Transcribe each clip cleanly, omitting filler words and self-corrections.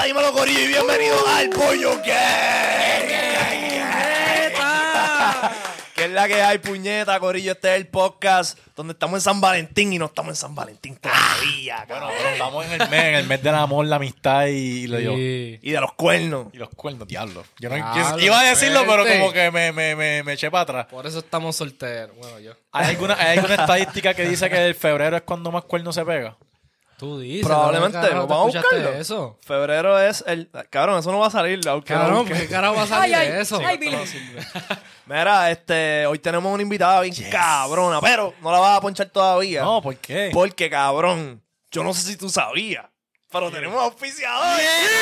dímelo, corillo, y bienvenidos al Pollo ¿Qué es la que hay, puñeta, corillo? Este es el podcast donde estamos en San Valentín y no estamos en San Valentín todavía, Bueno, estamos en el mes del amor, la amistad y y de los cuernos. y los cuernos, diablo. Yo Diablo, iba a decirlo, pero fuerte. como que me eché para atrás. Por eso estamos solteros. Bueno, yo. ¿Hay alguna estadística que dice que el febrero es cuando más cuernos se pega? Tú dices. Probablemente, carajo, ¿tú vamos a escuchaste buscarlo. eso? Febrero es el... Cabrón, eso no va a salir. Aunque Cabrón, busque. ¿qué carajo va a salir de eso? Mira, hoy tenemos una invitada bien cabrona, pero no la vas a ponchar todavía. No, ¿por qué? Porque, cabrón, yo no sé si tú sabías, pero tenemos auspiciadores.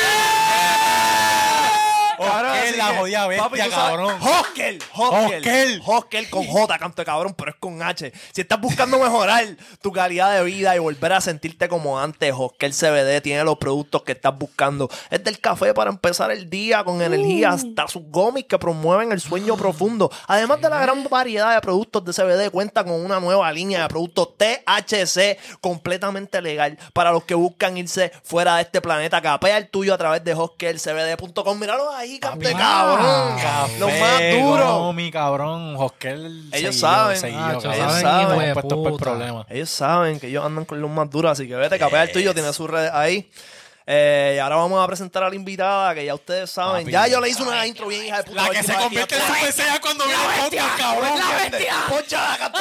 Cabrón, Hoskel, así la que, jodida bestia, papi, tú sabes, cabrón. Hoskel con J, canto de cabrón, pero es con H. Si estás buscando mejorar tu calidad de vida y volver a sentirte como antes, Hoskel CBD tiene los productos que estás buscando. Es del café para empezar el día con energía hasta sus gomis que promueven el sueño profundo. Además de la gran variedad de productos de CBD, cuenta con una nueva línea de productos THC completamente legal para los que buscan irse fuera de este planeta. Capea el tuyo a través de hoskelcbd.com. Míralo ahí, canto de cabrón. Café, Los más duros. Gomi, cabrón, Hoskel. Ellos saben. Seguido, ellos cabrón. saben, Estamos hijo de puestos por puta. problemas. Ellos saben que ellos andan con los más duros, así que vete, capea el tuyo, tiene sus redes ahí. Y ahora vamos a presentar a la invitada, que ya ustedes saben. Papi, ya yo le hice una intro bien, hija de puta. La que se convierte en Super Saiyan cuando viene el podcast, cabrón. ¡Poncha la canto,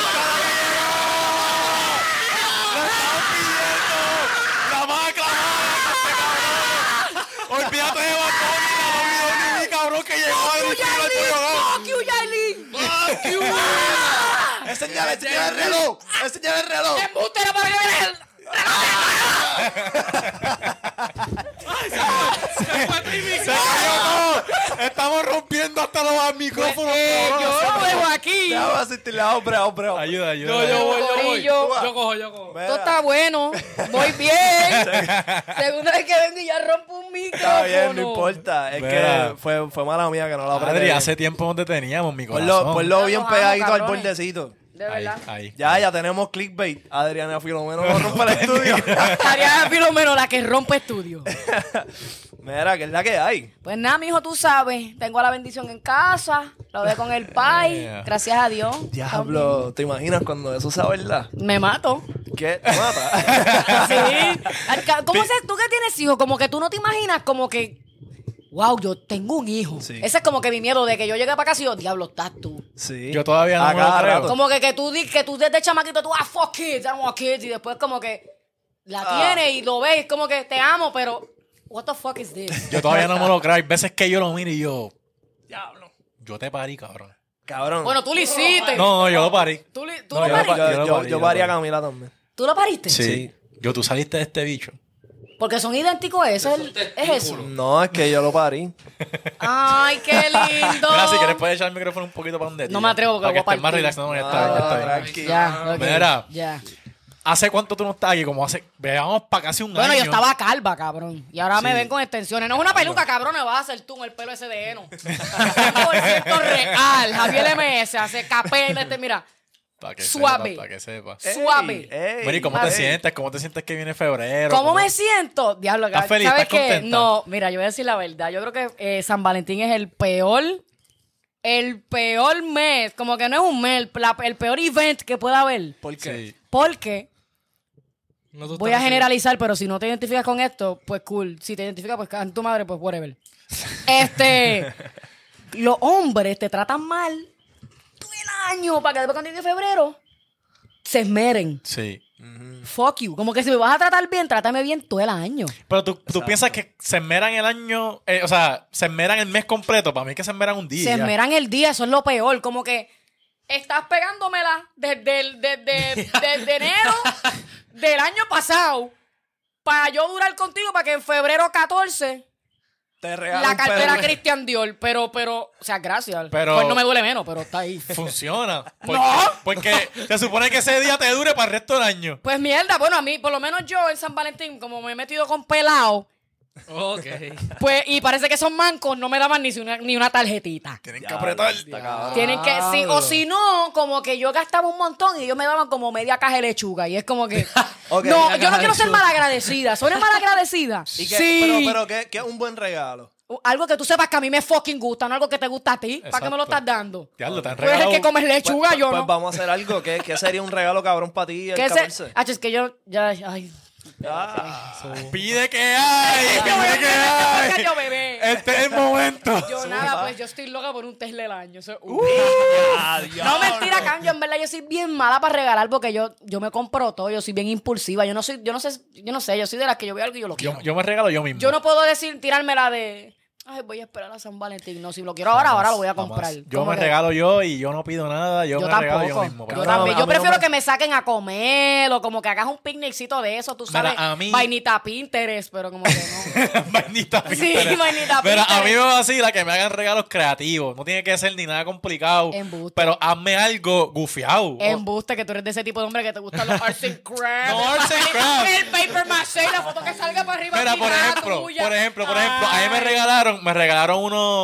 ¡La más clavada! ¡Olvídate de Baconi, la WWE, cabrón, que llegó a ¡Fuck you, Yailin! Enséñale el reloj. Enséñale el reloj. ¡Embustero para ver! Estamos rompiendo hasta los micrófonos, Yo lo dejo aquí. Déjame asistirle a hombre. Ayuda. Yo voy. Corillo. Yo cojo. Mira, Esto está bueno. Voy bien. Segunda vez que vengo y ya rompo un micrófono. está bien, no importa. Es Mira. que fue mala mía que no la Adri, apreté. hace tiempo no te teníamos, mi corazón. Ponlo bien Los pegadito amo, al cabrones. bordecito. De Ahí, verdad. ahí. Ya tenemos clickbait. Adriana Filomeno no rompe el estudio. Ariana Filomeno, la que rompe estudio. Mira, que es la que hay. Pues nada, mijo, tú sabes. Tengo la bendición en casa. Lo ve con el pai. Yeah. Gracias a Dios. Diablo, ¿te imaginas cuando eso sea verdad? Me mato. ¿Qué? ¿Te mata? Sí. ¿Tú que tienes hijos? Como que tú no te imaginas como que... Wow, yo tengo un hijo. Sí. Ese es como que mi miedo de que yo llegue para casa y yo, diablo, estás tú. Sí. Yo todavía no A me lo cada creo. rato. Como que tú desde chamaquito, tú, fuck kids, I don't want kids. Y después como que la tienes y lo ves, es como que te amo, pero what the fuck is this? Yo todavía no me lo creo. Hay veces que yo lo miro y yo... Diablo. Yo te parí, cabrón. Cabrón. Bueno, tú lo hiciste. No, yo lo parí. Tú No, lo yo lo pariste. pa- yo yo paría a lo Camila también. ¿Tú lo pariste? Sí. Tú saliste de este bicho. Porque son idénticos, eso es eso. No, es que yo lo parí. Ay, qué lindo. Mira, si quieres puedes echar el micrófono un poquito para donde No me atrevo, porque para que lo voy a estés más partir. relax. No, ya está bien, ya está bien. Tranqui. Ya, ok. Mira. Ya. ¿Hace cuánto tú no estás aquí? Como hace... Veamos para casi un año. Bueno, yo estaba calva, cabrón. Y ahora me Sí. ven con extensiones. No es una peluca, cabrón, me vas a hacer tú en el pelo ese de heno. 100% real. Javier MS hace capel, mira. Para que Suave. sepa, para que sepa. Suave. Ey, Mira, ¿y cómo te sientes? ¿Cómo te sientes que viene febrero? ¿Cómo me siento? Diablo, ¿Estás feliz? ¿sabes ¿Estás qué? contenta? No, mira, yo voy a decir la verdad. Yo creo que San Valentín es el peor mes. Como que no es un mes, el peor event que pueda haber. ¿Por qué? Sí. Porque No, tú voy a estás generalizar, pero si no te identificas con esto, pues cool. Si te identificas, pues en tu madre, pues whatever. Los hombres te tratan mal todo el año para que después cuando llegue febrero se esmeren. Sí. Fuck you. Como que si me vas a tratar bien, trátame bien todo el año. Pero tú piensas que se esmeran el año... o sea, se esmeran el mes completo. Para mí es que se esmeran un día. Se esmeran el día, eso es lo peor. Como que estás pegándomela desde enero del año pasado para yo durar contigo para que en febrero 14 Te regalo la un cartera perro. Christian Dior. Pero, o sea, gracias. Pero- Pues no me duele menos, pero está ahí. Funciona. No. Porque se supone que ese día te dure para el resto del año. Pues mierda, bueno, a mí, por lo menos yo en San Valentín, como me he metido con pelado, Ok. Pues, y parece que son mancos, no me daban ni una tarjetita. Tienen que apretar. Tienen que, sí, o si no, como que yo gastaba un montón y ellos me daban como media caja de lechuga. Y es como que. Ok. No, Media yo no caja quiero de ser lechuga. malagradecida. ¿Suena malagradecida? ¿Y qué? Sí. Pero ¿qué es un buen regalo? Algo que tú sepas que a mí me fucking gusta, no algo que te gusta a ti. ¿Para qué me lo Exacto. estás dando? Diablo, te han Tú eres el regalado. que comes lechuga, Pues, yo pues no. vamos a hacer algo. ¿Qué sería un regalo cabrón para ti el ¿Qué 14? es que yo. Ya, ay. Pide que hay. Pide que hay. Yo, bebé. Este es el momento. Yo nada, pues yo estoy loca por un Tesla del año. Eso es Diablo. No, mentira, Cam, yo en verdad yo soy bien mala para regalar porque yo me compro todo, yo soy bien impulsiva, yo no sé, yo soy de las que yo veo algo y yo lo quiero. Yo me regalo yo mismo. Yo no puedo tirarme la de, ay, voy a esperar a San Valentín. No, si lo quiero ahora lo voy a comprar. Jamás. Yo Como me que- regalo yo y yo no pido nada. Yo Yo me regalo yo tampoco. mismo. Yo No, también. a Yo mí no prefiero me- que me saquen a comer o como que hagas un picnicito de eso, tú Mira, sabes. a mí- Vainita Pinterest, pero como que no. Vainita Sí, Pinterest. vainita Pero a mí Pinterest. me vacila que me hagan regalos creativos. No tiene que ser ni nada complicado. Embuste. Pero hazme algo gufiado. Embuste, que tú eres de ese tipo de hombre que te gustan los arts and crafts. No, arts and crafts. El paper maché, la foto que salga para arriba. Mira, aquí, por nada ejemplo, tuya. a mí me regalaron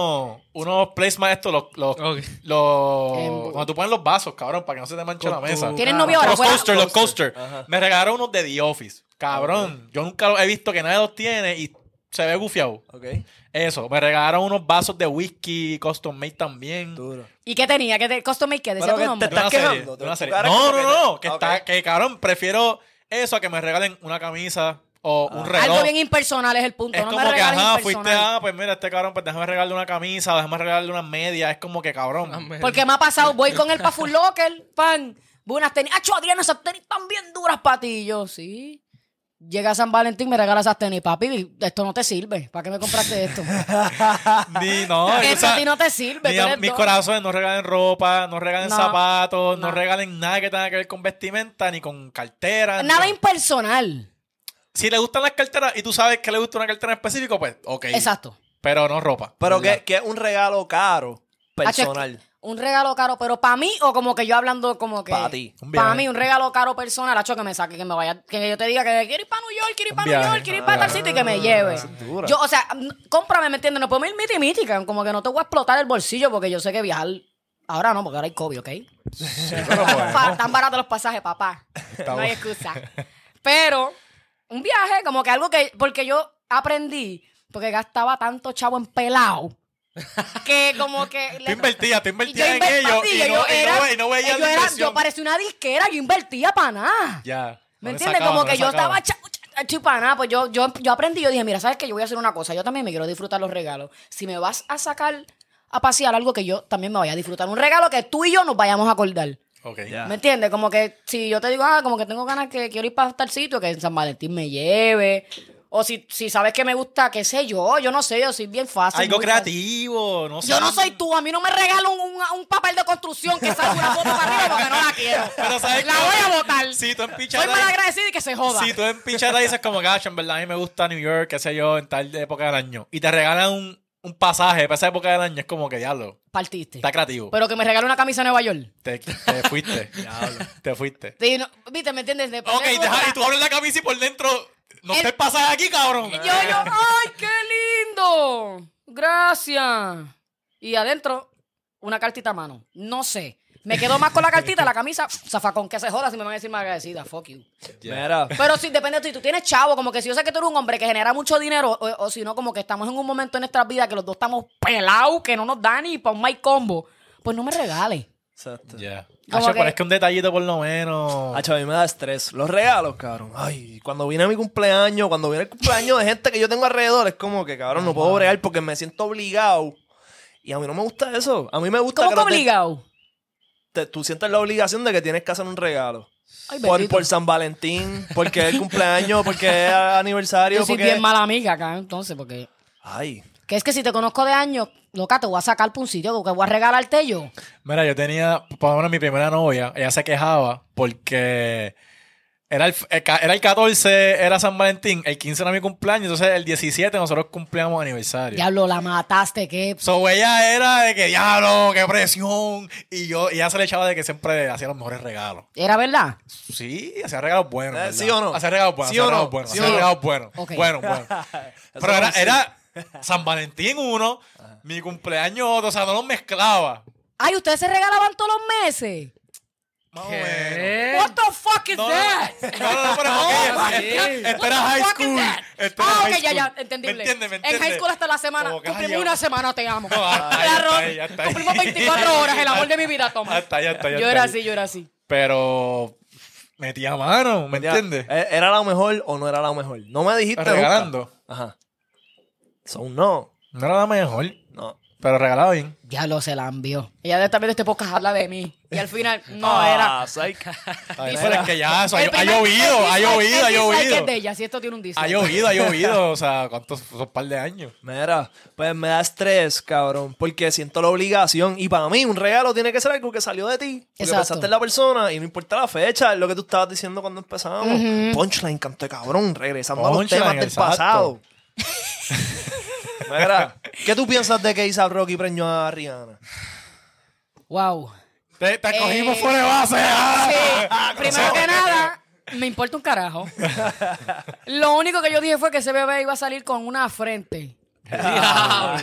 unos placemats estos, Ok. cuando tú pones los vasos, cabrón, para que no se te manche la mesa. ¿Tienes novio ahora? Los coasters. Me regalaron unos de The Office. Cabrón, yo nunca he visto que nadie los tiene y se ve gufiado. Ok. Eso, me regalaron unos vasos de whisky custom made también. Duro. ¿Y qué tenía? ¿Qué te custom made? ¿Qué decía Pero tu que nombre? te estás De una serie, quejando. de una Tu serie. cara es No, como no, que no, te- que Ok. está, que cabrón, prefiero eso a que me regalen una camisa o un reloj. Algo bien impersonal es el punto. Es no como me que, regales ajá, impersonal. fuiste, pues mira, este cabrón, pues déjame regalarle una camisa, déjame regalarle unas medias. Es como que, cabrón. Porque me ha pasado, voy con él para Full Locker, pan, buenas tenis. ¡Acho, Adriana, esas tenis están bien duras para ti! Y yo, sí. Llega San Valentín, me regala esas tenis. Papi, esto no te sirve. ¿Para qué me compraste esto? Ni, no, Esto a ti no te sirve. tú eres mis dos. corazones no regalen ropa, no regalen No, zapatos, no no. regalen nada que tenga que ver con vestimenta, ni con cartera. Nada ni- impersonal. Si le gustan las carteras y tú sabes que le gusta una cartera en específico, pues, ok. Exacto. Pero no ropa. Pero ¿verdad? que es un regalo caro, personal. Un regalo caro, pero para mí, o como que yo hablando como que. Pa' ti. Un viaje. Para mí, un regalo caro personal, hacho, que me saque, que me vaya, que yo te diga que quiero ir para New York, quiero ir Un para New viaje. York, quiero ir para tal sitio y que me lleve. dura. Yo, o sea, cómprame, ¿me entiendes? No podemos ir mítica, como que no te voy a explotar el bolsillo porque yo sé que viajar. Ahora no, porque ahora hay COVID, ¿ok? Pero bueno. Tan baratos los pasajes, papá. Está No hay bueno. excusa. Pero, un viaje, como que algo que. Porque yo aprendí, porque gastaba tanto chavo en pelado, que como que. Tú invertías Yo en ello invertí, y no veías la yo inversión. parecía una disquera, yo invertía para nada. Ya. ¿Me no le entiendes? sacaba, Como no que le yo sacaba. estaba para nada. Pues yo aprendí, yo dije, mira, ¿sabes qué? Yo voy a hacer una cosa. Yo también me quiero disfrutar los regalos. Si me vas a sacar a pasear, algo que yo también me vaya a disfrutar. Un regalo que tú y yo nos vayamos a acordar. Ok. Ya. ¿Me entiendes? Como que si yo te digo, como que tengo ganas que quiero ir para tal sitio, que en San Valentín me lleve. O si sabes que me gusta, qué sé yo no sé, yo soy bien fácil. Algo muy fácil. creativo, no sé. Yo no soy tú, a mí no me regalan un papel de construcción que salga una foto para arriba porque no la quiero. Pero ¿sabes la qué? voy a botar. Si tú en Soy pichata mal agradecida y que se joda. si tú en pichata dices como, gacho, en verdad a mí me gusta New York, qué sé yo, en tal época del año, y te regalan un pasaje para esa época del año, es como que, diablo, Partiste. está creativo. Pero que me regale una camisa de Nueva York. Te fuiste. Te fuiste. Sí, no, ¿viste? ¿Me entiendes? Depende Ok, de tu deja, otra- y tú abres la camisa y por dentro no El- está el pasaje aquí, cabrón. ¡ay, qué lindo! Gracias. Y adentro, una cartita a mano. No sé. Me quedo más con la cartita, la camisa, zafacón, que se joda si me van a decir más agradecida. Fuck you. Mira. Pero sí, depende de ti. Tú tienes chavo, como que si yo sé que tú eres un hombre que genera mucho dinero, o si no, como que estamos en un momento en nuestras vidas que los dos estamos pelados, que no nos da ni para un my combo, pues no me regales. Exacto. Ya. Como Hacho, que- pero es que un detallito por lo menos. Hacho, a mí me da estrés. Los regalos, cabrón. Ay, cuando viene mi cumpleaños, cuando viene el cumpleaños de gente que yo tengo alrededor, es como que, cabrón, no puedo bregar porque me siento obligado. Y a mí no me gusta eso. A mí me gusta ¿Cómo que no te- obligado? tú sientes la obligación de que tienes que hacer un regalo. Ay, Por, bendito. por San Valentín, porque es el cumpleaños, porque es aniversario, Yo soy porque... bien mala amiga acá, entonces, porque... Ay, Que es que si te conozco de años, loca, te voy a sacar por un sitio, que voy a regalarte yo. Mira, yo tenía, por lo menos mi primera novia, ella se quejaba porque Era el 14, era San Valentín, el 15 era mi cumpleaños, entonces el 17 nosotros cumplíamos aniversario. Diablo, la mataste, qué... So ella era de que, diablo, qué presión. Y ella se le echaba de que siempre hacía los mejores regalos. ¿Era verdad? Sí, hacía regalos buenos. ¿verdad? ¿Sí o no? Hacía regalos buenos, ¿Sí o no? ¿Sí hacía o no? regalos buenos. Ok. Bueno. Pero era San Valentín uno, mi cumpleaños otro, o sea, no los mezclaba. Ay, ¿ustedes se regalaban todos los meses? Más o ¿Qué? menos. What the fuck is No, that? no, pero esto era high What the fuck is school. that? Esto era high ok, ya, school. entendible. ¿Me entiendes? En high school hasta la semana. Como que, Cumplimos ay, una semana, te amo. No, hasta ahí, Claro, hasta ahí, hasta ahí. cumplimos 24 horas, el amor de mi vida, toma. Hasta ahí. Yo era así. Pero metía mano, ¿me Ya, entiendes? ¿Era la mejor o no era la mejor? No me dijiste nunca. Regalando. Ajá. Son no. No era la mejor, No. pero regalaba bien. Ya lo se la envió. Ella de también de este podcast habla de mí. Y al final, no era. Psych. Ay, Dice- pero es que ya eso, ha El primer- llovido, el ha dislike- llovido, ha el dislike llovido. es de ella, si esto tiene un dislike. Ha llovido. O sea, ¿cuántos? Son un par de años. Mira, pues me da estrés, cabrón, porque siento la obligación. Y para mí, un regalo tiene que ser algo que salió de ti. Porque Exacto. pensaste en la persona y no importa la fecha, es lo que tú estabas diciendo cuando empezamos. Punchline, canto de cabrón, regresando a los Punchline, temas del exacto. pasado. Mira, ¿qué tú piensas de que A$AP Rocky preñó a Rihanna? Wow. Te cogimos fuera de base. ¡Ah! Primero que nada, me importa un carajo. Lo único que yo dije fue que ese bebé iba a salir con una frente. Diablo.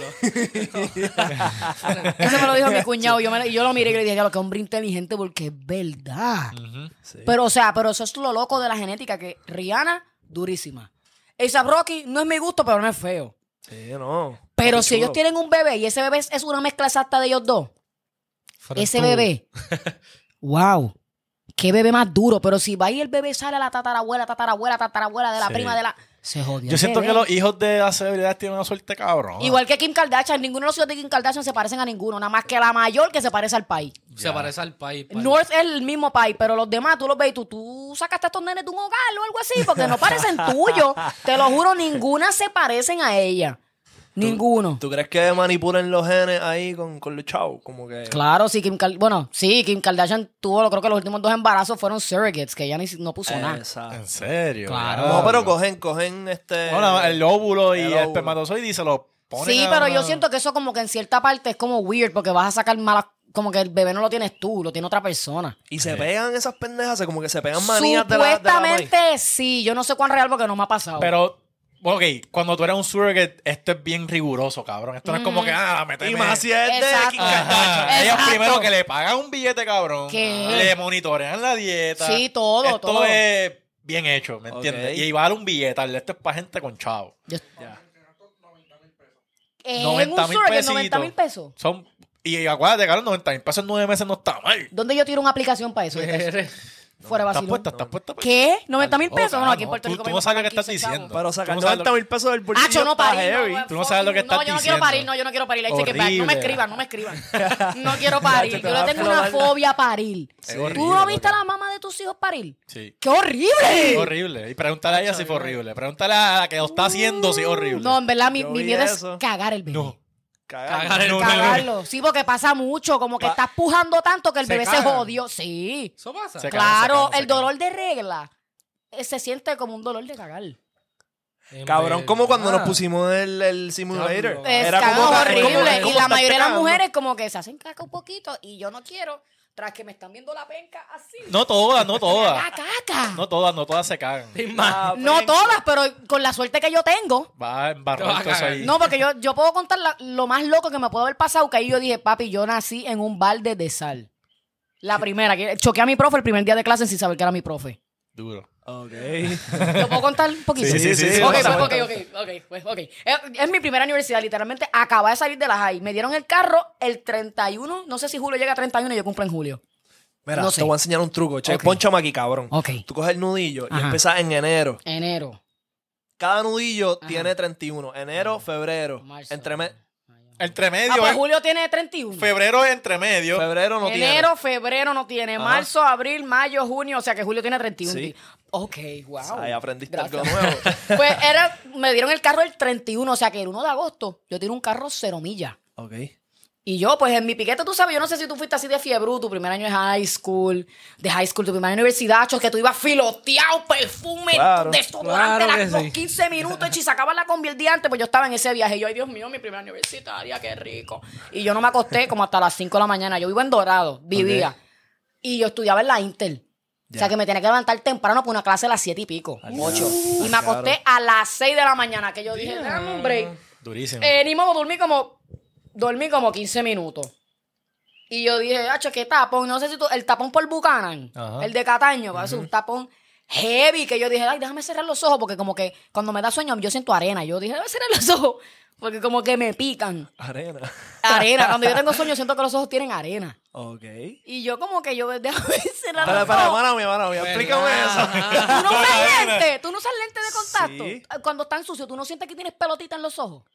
Eso me lo dijo mi cuñado. Y yo lo miré y le dije, diablo, que hombre inteligente, porque es verdad. Sí. Pero eso es lo loco de la genética, que Rihanna, durísima. A$AP Rocky no es mi gusto, pero no es feo. Sí, no. Pero Papi si ellos chulo. tienen un bebé y ese bebé es una mezcla exacta de ellos dos, ese bebé, wow, qué bebé más duro. Pero si va y el bebé sale a la tatarabuela de la Sí. prima de la... Se jodió. Yo el siento bebé. que los hijos de las celebridades tienen una suerte cabrón. Igual que Kim Kardashian, ninguno de los hijos de Kim Kardashian se parecen a ninguno, nada más que la mayor que se parece al país. Se parece al país. pal. North es el mismo país, pero los demás tú los ves y tú sacaste a estos nenes de un hogar o algo así, porque no parecen tuyos. Te lo juro, ninguna se parecen a ella. Ninguno. ¿Tú crees que manipulen los genes ahí con los chavos? Como que... Claro, sí, Kim Kardashian tuvo, creo que los últimos 2 embarazos fueron surrogates, que ella no puso nada. Exacto. En serio. Claro. diablo. No, pero cogen este... Bueno, el óvulo y el el óvulo. espermatozoide y se lo ponen. Sí, a pero una- yo siento que eso como que en cierta parte es como weird, porque vas a sacar malas, como que el bebé no lo tienes tú, lo tiene otra persona. Y se pegan esas pendejas, como que se pegan manías de la maíz. Supuestamente sí, yo no sé cuán real porque no me ha pasado. Pero, ok, cuando tú eres un surrogate, esto es bien riguroso, cabrón. Esto no es como que, méteme. Y más si es de Exacto. Kim Kardashian. Ajá. Ellos Exacto. primero que le pagan un billete, cabrón. ¿Qué? Le monitorean la dieta. Sí, todo, Esto todo. es bien hecho, ¿me entiendes? Ok. Y vale un billete. Esto es para gente con chavo. Yo- Ya. en 90 un mil surrogate, pesitos. 90 mil pesos. Y acuérdate, cabrón, 90 mil pesos en 9 meses no está mal. ¿Dónde yo tiro una aplicación para eso? Fuera de ¿Estás vacilón. puesta? ¿Estás puesta? ¿Qué? ¿90 mil pesos? No, aquí en no, Puerto tú- Rico. tú me no sabes lo que pagan estás 15 chavos. diciendo. Pero Tú sacar no sabes 90 mil pesos del bolsillo Acho, no está parir, heavy. no, Tú no sabes lo que estás No, yo no diciendo. quiero parir, yo no quiero parir. I take it back. No me Horrible. escriban, no me escriban. No quiero parir. Chacho, te Yo vas le a tengo una explotar. fobia a parir. Es ¿Tú horrible, no viste a loca. la mamá de tus hijos parir? Sí. ¡Qué horrible! Horrible. Y pregúntale a ella si fue horrible. Pregúntale a la que lo está haciendo si es horrible. No, en verdad, mi Yo vi miedo eso. es cagar el bebé. No. Cagar. el- Cagarlo. Sí, porque pasa mucho. Como que estás pujando tanto que el Se bebé se cagan. jodió. Sí. Eso pasa. Se Claro, se el dolor de regla se siente como un dolor de cagar. Cabrón, como cuando nos Ah. pusimos el simulator. Diablo. Es Era cagado, como horrible. como Y la estarte mayoría de las cagando. mujeres como que se hacen caca un poquito y yo no quiero, tras que me están viendo la penca así. No todas, no todas. ¡La caca! No todas se cagan. No todas, pero con la suerte que yo tengo. Va a Te embarrar vas a todo eso cagar. ahí. No, porque yo puedo contar lo más loco que me puede haber pasado, que ahí yo dije, papi, yo nací en un balde de sal. La primera, que choqué a mi profe el primer día de clase sin saber que era mi profe. Duro. Ok. ¿Lo puedo contar un poquito? Sí, sí, sí, Ok, cuenta, ok. Es mi primera universidad, literalmente acababa de salir de la high. Me dieron el carro el 31, no sé si julio llega a 31 y yo cumplo en julio. Mira, No sé. te voy a enseñar un truco. Che, Ok. ponchame aquí, cabrón. Ok. Tú coges el nudillo y Ajá. empiezas en enero. Enero. Cada nudillo Ajá. tiene 31. Enero, febrero. Marzo. Entre medio. Ah, pues es- julio tiene 31. Febrero es entre medio. Febrero no Enero, febrero no tiene. Ajá. Marzo, abril, mayo, junio. O sea que julio tiene 31. Sí. Ok, wow. tiene. Ahí aprendiste Gracias. algo nuevo. Pues me dieron el carro el 31. O sea que el 1 de agosto yo tiro un carro 0 millas. Ok. Y yo, pues en mi piquete, tú sabes, yo no sé si tú fuiste así de fiebre, tu primer año de high school, tu primer año de universidad, que tú ibas filoteado, perfume, Claro. desodorante, Claro que los sí. 15 minutos, y sacabas la combi el día antes, pues yo estaba en ese viaje. Y yo, ay, Dios mío, mi primera universitaria, qué rico. Y yo no me acosté como hasta las 5 de la mañana. Yo vivo en Dorado, vivía. Ok. Y yo estudiaba en la Intel. O sea, que me tenía que levantar temprano por una clase a las 7 y pico, 8. Y me acosté a las 6 de la mañana, que yo dije, dame un break. Durísimo. Ni modo, dormí como 15 minutos. Y yo dije, hacho, qué tapón. No sé si tú, el tapón por Buchanan, Ajá. el de Cataño, parece un tapón heavy, que yo dije, ay, déjame cerrar los ojos, porque como que cuando me da sueño yo siento arena. Yo dije, déjame cerrar los ojos, porque como que me pican. Arena. Arena, cuando yo tengo sueño siento que los ojos tienen arena. Ok. Y yo como que yo, déjame cerrar Para, los para, ojos. hermano mío, explícame eso. ¿Tú no usas lentes? ¿Tú no usas lentes de contacto? Sí. Cuando están sucios, ¿tú no sientes que tienes pelotita en los ojos?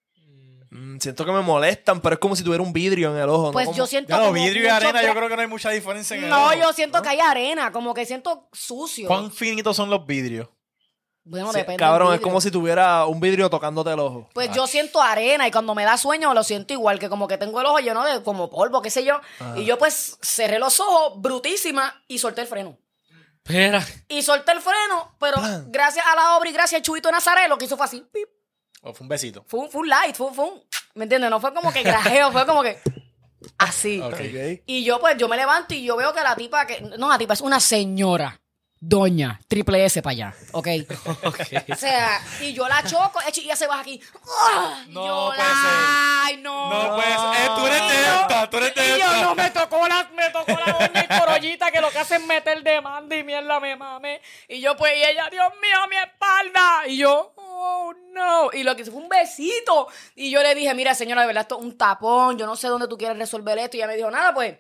Siento que me molestan, pero es como si tuviera un vidrio en el ojo. Pues ¿no? yo siento Ya, lo como vidrio y mucho arena, yo gra- creo que no hay mucha diferencia en el No, ojo. yo siento que hay arena, como que siento sucio. ¿Cuán finitos son los vidrios? Bueno, Sí, depende cabrón, del es vidrio. como si tuviera un vidrio tocándote el ojo. Pues yo siento arena y cuando me da sueño lo siento igual, que como que tengo el ojo lleno de como polvo, qué sé yo. Y yo pues cerré los ojos, brutísima, y solté el freno. Espera. Y solté el freno, pero gracias a la obra y gracias al Chubito Nazaret, lo que hizo fue así. Pip. ¿O fue un besito? Fue un light, fue un... ¿Me entiendes? No fue como que grajeo, fue como que... Así. Ok. Ok. Y yo yo me levanto y yo veo que la tipa no, la tipa es una señora. Doña, triple S para allá, ¿ok? O sea, y yo la choco, y ella se baja aquí. ¡Ah! Y No yo puede ser. ¡ay, no! No, pues, tú eres de esta, tú eres de Y yo, esta. no, me tocó la doña y corollita que lo que hace es meter demanda y mierda me mame. Y yo, pues, y ella, Dios mío, mi espalda. Y yo, oh, no. Y lo que hizo fue un besito. Y yo le dije, mira, señora, de verdad, esto es un tapón. Yo no sé dónde tú quieres resolver esto. Y ella me dijo, nada, pues.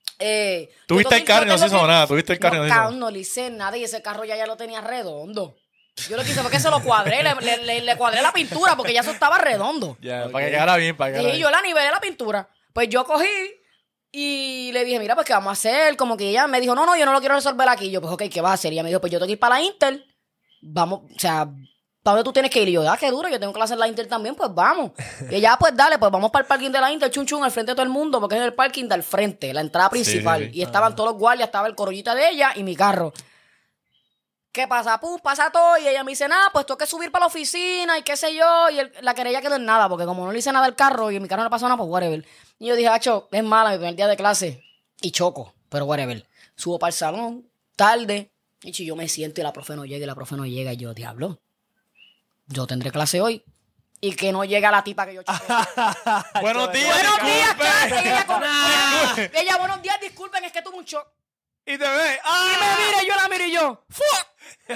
Tuviste el carro y no se hizo nada. Tuviste el carro y no se hizo cabrón, nada. no le hice nada y ese carro ya lo tenía redondo. Yo lo que hice fue que se lo cuadré, le cuadré la pintura porque ya eso estaba redondo. Ya, para que quedara bien, para que quedara Y bien. yo la nivelé la pintura. Pues yo cogí y le dije, mira, pues ¿qué vamos a hacer? Como que ella me dijo, no, yo no lo quiero resolver aquí. Yo, pues ok, ¿qué vas a hacer? Y ella me dijo, pues yo tengo que ir para la Inter. Vamos, o sea, ¿para dónde tú tienes que ir? Y yo, qué duro, yo tengo clase en la Inter también, pues vamos. Y ella, pues dale, pues vamos para el parking de la Inter, chun chun, al frente de todo el mundo, porque es el parking del frente, la entrada principal. sí. Y estaban todos los guardias, estaba el corollita de ella y mi carro. ¿Qué pasa? Pum, pasa todo. Y ella me dice, nada, pues tengo que subir para la oficina y qué sé yo. Y la querella quedó en nada, porque como no le hice nada al carro y en mi carro no pasó nada, pues whatever. Y yo dije, acho, es mala mi primer día de clase. Y choco, pero whatever. Subo para el salón, tarde. Y yo me siento y la profe no llega, y la profe no llega. Y yo, diablo, yo tendré clase hoy. Y que no llega la tipa que yo choqué. Buenos días, Buenos días, disculpe. clase. Y ella, buenos días, disculpen, es que tuve un shock. Y te ve. Y me mira, y yo la miro y yo, ¡fuck!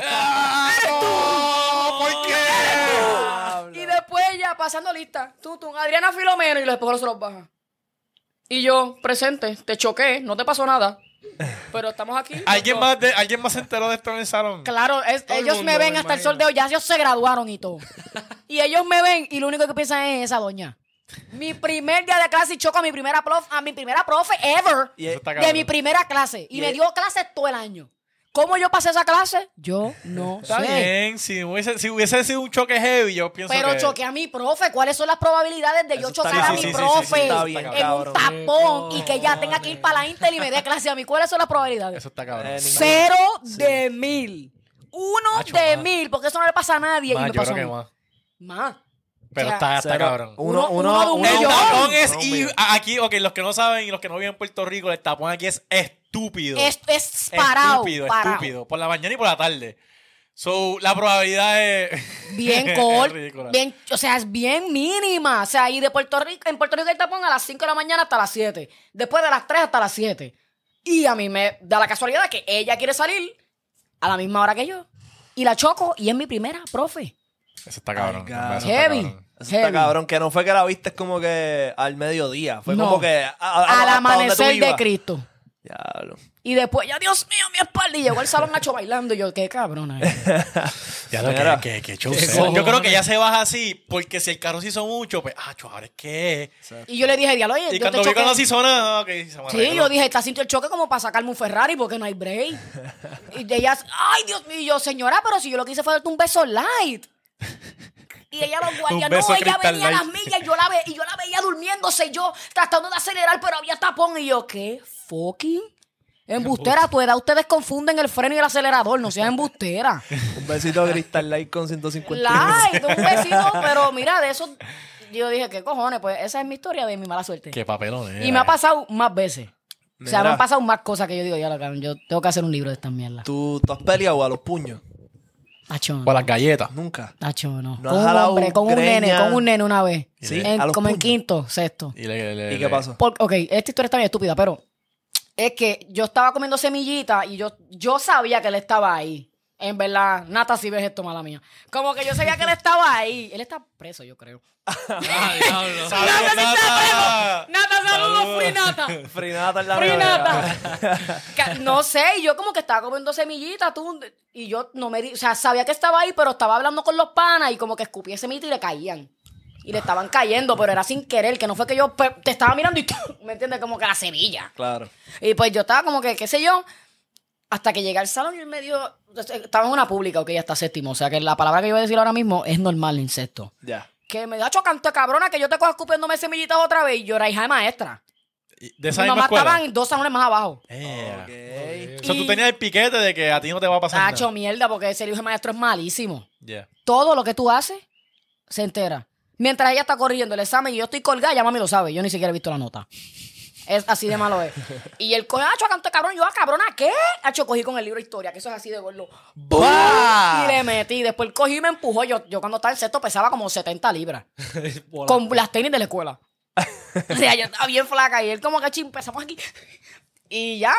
¡No! ¿Por qué? Y después ella pasando lista. Adriana Filomeno. Y los espejuelos se los baja. Y yo, presente, te choqué, no te pasó nada. Pero estamos aquí. ¿Alguien más se enteró de esto en el salón? Claro, Todo el ellos mundo, me ven me hasta el imagino. sol de hoy. Ya ellos se graduaron y todo. Y ellos me ven y lo único que piensan es esa doña. Mi primer día de clase y choco a mi primera profe ever. Y- Eso está De cabrón. mi primera clase. Y Y me es- dio clases todo el año. ¿Cómo yo pasé esa clase? Yo no Está sé. bien, si hubiese sido un choque heavy, yo pienso Pero que... choqué a mi profe. ¿Cuáles son las probabilidades de yo Eso está chocar a bien. mi Sí, sí, sí, profe sí, está bien, en cabrón. un tapón y que ella tenga que ir para la Intel y me dé clase a mí? ¿Cuáles son las probabilidades? Eso está cabrón. 0 de 1000. 1 Macho, de más. 1000, porque eso no le pasa a nadie. Más, y me yo pasó creo a que mí. más. Más. Pero O sea, está Cero. cabrón. Uno de un El millón. tapón es... No, Y mira. aquí, ok, los que no saben y los que no viven en Puerto Rico, el tapón aquí es estúpido. Es parado. Estúpido, parado. estúpido. Por la mañana y por la tarde. So, la probabilidad es... Bien es corto, ridícula. bien, o sea, es bien mínima. O sea, y de Puerto Rico, en Puerto Rico hay tapón a las 5 de la mañana hasta las 7. Después de las 3 hasta las 7. Y a mí me da la casualidad que ella quiere salir a la misma hora que yo. Y la choco y es mi primera profe. Eso está cabrón. God. Eso está Heavy. cabrón. Eso está Heavy. cabrón, que no fue que la viste como que al mediodía. Fue No. como que Al hasta donde tú amanecer de ibas. Cristo. Diablo. Y después, ya Dios mío, mi espalda. Y llegó el salón Nacho bailando. Y yo, qué cabrona. Ya Mira. que show Qué sea. cojones. Yo creo que ya se baja así, porque si el carro se hizo mucho, pues, ahora es que... Y yo le dije, diablo, oye, Y yo cuando te vi que choqué. no se hizo nada, ok, se me Sí, arregló. yo dije, está sintiendo el choque como para sacarme un Ferrari porque no hay break. Y ella, ay, Dios mío, y yo, señora, pero si yo lo que hice fue darte un beso light. Y ella los guardia. Un beso No, ella Crystal venía a las Light. millas y yo la veía durmiéndose y yo tratando de acelerar, pero había tapón. Y yo, ¿qué fucking? Embustera, a tu edad ustedes confunden el freno y el acelerador, no seas embustera. Un besito a Crystal Light con 150. Light, un besito, pero mira, de eso yo dije, ¿qué cojones? Pues esa es mi historia de mi mala suerte. Qué papelón. Y me ha pasado más veces. O sea, Mira. me han pasado más cosas que yo digo, ya la cabrón, yo tengo que hacer un libro de estas mierdas. ¿Tú has peleado a los puños? Tacho, O las galletas. Nunca. Tacho, no. ¿No Con has un jalado hombre, con un greña? nene una vez. Sí, a los Como en puños. quinto, sexto. ¿Y ¿Y qué pasó? Ok, esta historia está bien estúpida, pero es que yo estaba comiendo semillita y yo sabía que él estaba ahí. En verdad, Nata, si ves esto, mala mía. Como que yo sabía que él estaba ahí. Él está preso, yo creo. Ah, diablo. ¡Nata, sí está preso! ¡Nata, saludos, Free Nata! Frinata en la Free nevera. Nata. No sé, y yo como que estaba comiendo semillita, y yo no me di, o sea, sabía que estaba ahí, pero estaba hablando con los panas y como que escupí semillita y le caían. Y le estaban cayendo, pero era sin querer, que no fue que yo te estaba mirando y ¿me entiendes? Como que la semilla. Claro. Y pues yo estaba como que, qué sé yo, hasta que llegué al salón y él me dio, estaba en una pública, ok, ya está séptimo, o sea que la palabra que yo voy a decir ahora mismo es normal, incesto. Ya. Que me da chocante, cabrona, que yo te cojo escupiéndome semillitas otra vez y yo era hija de maestra. ¿De esa Mi misma mamá escuela? estaba en 2 salones más abajo. Ok. O sea, tú tenías el piquete de que a ti no te va a pasar Tacho, nada. mierda, porque ser hijo de maestro es malísimo. Yeah. Todo lo que tú haces, se entera. Mientras ella está corrigiendo el examen y yo estoy colgada, ya mami lo sabe. Yo ni siquiera he visto la nota. Es así de malo es. Y él coge, cante cabrón. Y yo, cabrona, ¿qué? Cogí con el libro de historia, que eso es así de gordo. ¡Bah! Y le metí. Después cogí y me empujó. Yo cuando estaba en sexto pesaba como 70 libras. Con las tenis de la escuela. O sea, yo estaba bien flaca. Y él como que empezamos aquí. Y ya.